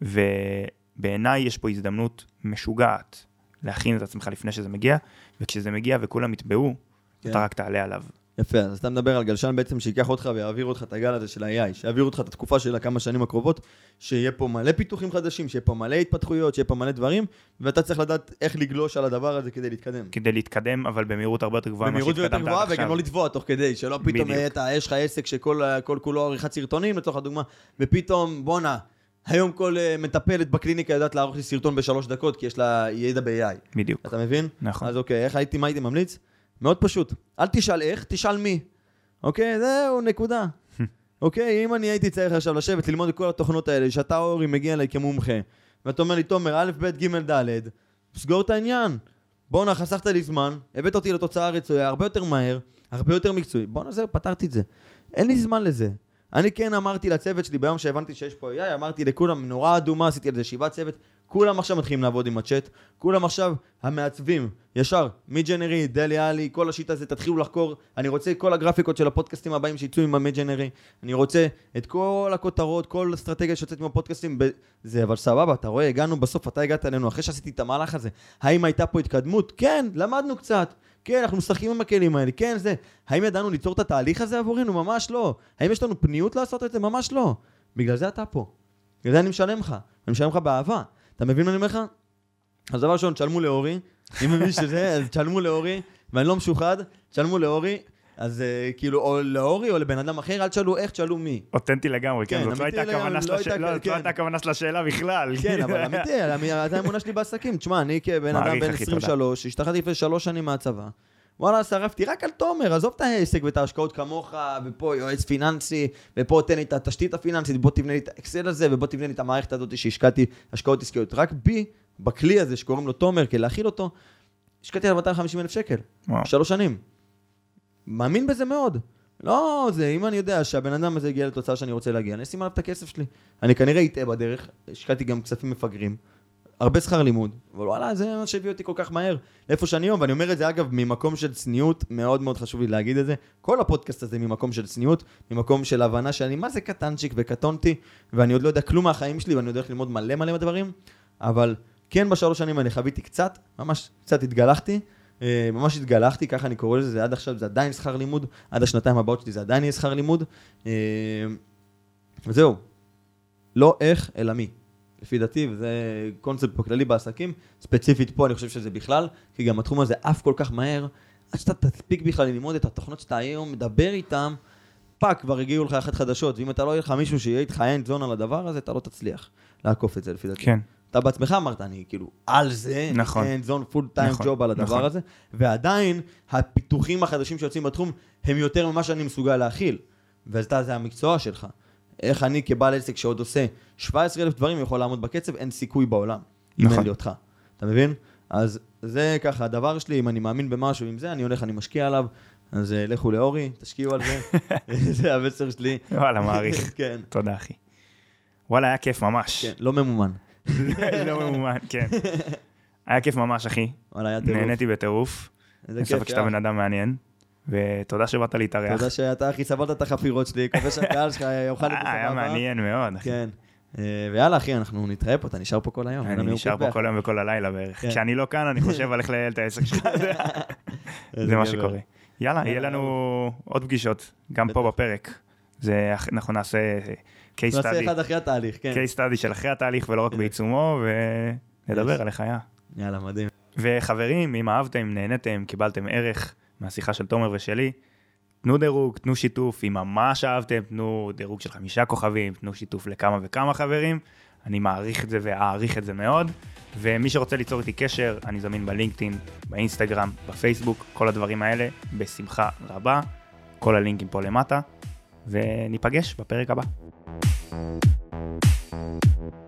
ובעיניי יש פה הזדמנות משוגעת להכין את עצמך לפני שזה מגיע, וכשזה מגיע וכולם יתבעו, כן. אתה רק תעלה עליו. יפה, אז אתה מדבר על גלשן בעצם שיקח אותך ויעביר אותך את הגל הזה של ה-איי איי, שיעביר אותך את התקופה של הכמה שנים הקרובות, שיהיה פה מלא פיתוחים חדשים, שיהיה פה מלא התפתחויות, שיהיה פה מלא דברים, ואתה צריך לדעת איך לגלוש על הדבר הזה כדי להתקדם. כדי להתקדם, אבל במהירות הרבה יותר גבוהה. במהירות יותר גבוהה, וגם לא לתבוע תוך כדי, שלא פתאום יש לך עסק שכל כולו עריכת סרטונים, לצורך הדוגמה, ופתאום בונה, היום כל מטפלת בקליניקה יודעת לערוך לי סרטון בשלוש דקות, כי יש לה ידע ב-איי איי. בדיוק. אתה מבין? נכון. אז אוקיי, איך הייתי, מה הייתי ממליץ? מאוד פשוט. אל תשאל איך, תשאל מי. אוקיי, זהו, נקודה. אוקיי, אם אני הייתי צריך עכשיו לשבת, ללמוד את כל התוכנות האלה, שאתה אורי מגיע אליי כמומחה, ואתה אומר לי, תומר, א', ב', ג', ד', סגור את העניין. בואו חסכת לי זמן, הבאת אותי לתוצאה רצויה, הרבה יותר מהר, הרבה יותר מקצועי. בואו נעזר, פתרתי את זה. אין לי זמן לזה. אני כן אמרתי לצוות שלי, ביום שהבנתי שיש פה איי איי, אמרתי לכולם, נורא אדומה, עשיתי על זה שיבת צוות, כולם עכשיו מתחילים לעבוד עם הצ'אט, כולם עכשיו המעצבים, ישר, מידג'נרי, דלי אלי, כל השיטה הזה, תתחילו לחקור, אני רוצה כל הגרפיקות של הפודקאסטים הבאים שיצאו עם המידג'נרי, אני רוצה את כל הכותרות, כל אסטרטגיה שיוצאת עם הפודקאסטים, זה, אבל סבבה, אתה רואה, הגענו בסוף, אתה הגעת אלינו, אחרי שעשיתי את המהלך הזה, האם הייתה פה התקדמות? כן, למדנו קצת, כן, אנחנו משחקים עם הכלים האלה, כן, זה. האם ידענו ליצור את התהליך הזה עבורנו? ממש לא. האם יש לנו פניות לעשות את זה? ממש לא. בגלל זה אתה פה. בגלל זה אני משלם לך. אני משלם לך באהבה. אתה מבין מה אני אומר לך? אז דבר ראשון, תשלמו לאורי. אם מבין שזה, אז תשלמו לאורי, ואני לא משוחד, תשלמו לאורי. אז כאילו, או לאורי או לבן אדם אחר, אל תשאלו איך, תשאלו מי. אותנטי לגמרי, כן, זאת לא הייתה הכוונה של השאלה בכלל. כן, אבל אמיתי, זה האמונה שלי בעסקים. תשמע, אני כבן אדם בן עשרים ושלוש, השתחררתי לפני שלוש שנים מהצבא, וואלה, שרפתי רק על תומר, עזוב את העסק ואת ההשקעות כמוך, ופה יועץ פיננסי, ופה תן לי את התשתית הפיננסית, ובוא תבנה לי את האקסל הזה, ובוא תבנה לי את המערכת הזאת שהשקעתי השקעות עסקיות. רק בי, בכלי הזה שקוראים לו תומר, כדי להכיל אותו, השקעתי על מאתיים וחמישים אלף שקל, שלוש שנים. מאמין בזה מאוד. לא, זה, אם אני יודע שהבן אדם הזה הגיע לתוצאה שאני רוצה להגיע, אני אשים עליו את הכסף שלי. אני כנראה אטעה בדרך, השקעתי גם כספים מפגרים, הרבה שכר לימוד, אבל וואלה, זה מה שהביא אותי כל כך מהר, לאיפה שאני היום, ואני אומר את זה אגב, ממקום של צניעות, מאוד מאוד חשוב לי להגיד את זה, כל הפודקאסט הזה ממקום של צניעות, ממקום של הבנה שאני, מה זה קטנצ'יק וקטונתי, ואני עוד לא יודע כלום מהחיים שלי, ואני עוד הולך ללמוד מלא מלא דברים, אבל כן בשלוש שנים אני חוויתי קצת, ממש קצת התגלחתי, ממש התגלחתי, ככה אני קורא לזה, זה עד עכשיו זה עדיין שכר לימוד, עד השנתיים הבאות שלי זה עדיין יהיה שכר לימוד, וזהו, לא איך, אלא מי. לפי דעתי, וזה קונספט פה כללי בעסקים, ספציפית פה אני חושב שזה בכלל, כי גם התחום הזה אף כל כך מהר, עד שאתה תספיק בכלל ללמוד את התוכנות שאתה היום מדבר איתם, פאק, כבר הגיעו לך אחת חדשות, ואם אתה לא יהיה לך מישהו שיהיה איתך אין זון על הדבר הזה, אתה לא תצליח לעקוף את זה לפי דעתי. כן. אתה בעצמך אמרת, אני כאילו על זה, נכון. אין זון פול טיים נכון, ג'וב על הדבר נכון. הזה, ועדיין הפיתוחים החדשים שיוצאים בתחום, הם יותר ממה שאני מסוגל להכיל, ואתה זה המקצוע שלך. איך אני כבעל עסק שעוד עושה שבעה עשר אלף דברים יכול לעמוד בקצב, אין סיכוי בעולם, אם נכון. אין לי אותך. אתה מבין? אז זה ככה, הדבר שלי, אם אני מאמין במשהו עם זה, אני הולך, אני משקיע עליו, אז לכו לאורי, תשקיעו על זה, זה המסר שלי. וואלה, מעריך. כן. תודה, אחי. וואלה, היה כיף ממש. כן, לא ממומן. לא ממומן, כן. היה כיף ממש, אחי. וואלה, היה טירוף. נהניתי בטירוף. איזה אין כיף, ספק שאתה בן אדם מעניין. ותודה שבאת להתארח. תודה שאתה הכי סבלת את החפירות שלי, מקווה שהקהל שלך יוכל את זה. היה מעניין מאוד, אחי. כן. ויאללה, אחי, אנחנו נתראה פה, אתה נשאר פה כל היום. אני נשאר פה כל היום וכל הלילה בערך. כן. כשאני לא כאן, אני חושב על איך לייעל את העסק שלך. זה מה שקורה. יאללה, יהיה לנו עוד פגישות, גם פה בפרק. אנחנו נעשה case study. נעשה אחד אחרי התהליך, כן. case study של אחרי התהליך ולא רק בעיצומו, ונדבר על איך היה. יאללה, מדהים. וחברים, אם אהבתם, נהנתם, קיבלתם ערך מהשיחה של תומר ושלי, תנו דירוג, תנו שיתוף, אם ממש אהבתם, תנו דירוג של חמישה כוכבים, תנו שיתוף לכמה וכמה חברים, אני מעריך את זה ואעריך את זה מאוד, ומי שרוצה ליצור איתי קשר, אני זמין בלינקדאין, באינסטגרם, בפייסבוק, כל הדברים האלה, בשמחה רבה, כל הלינקים פה למטה, וניפגש בפרק הבא.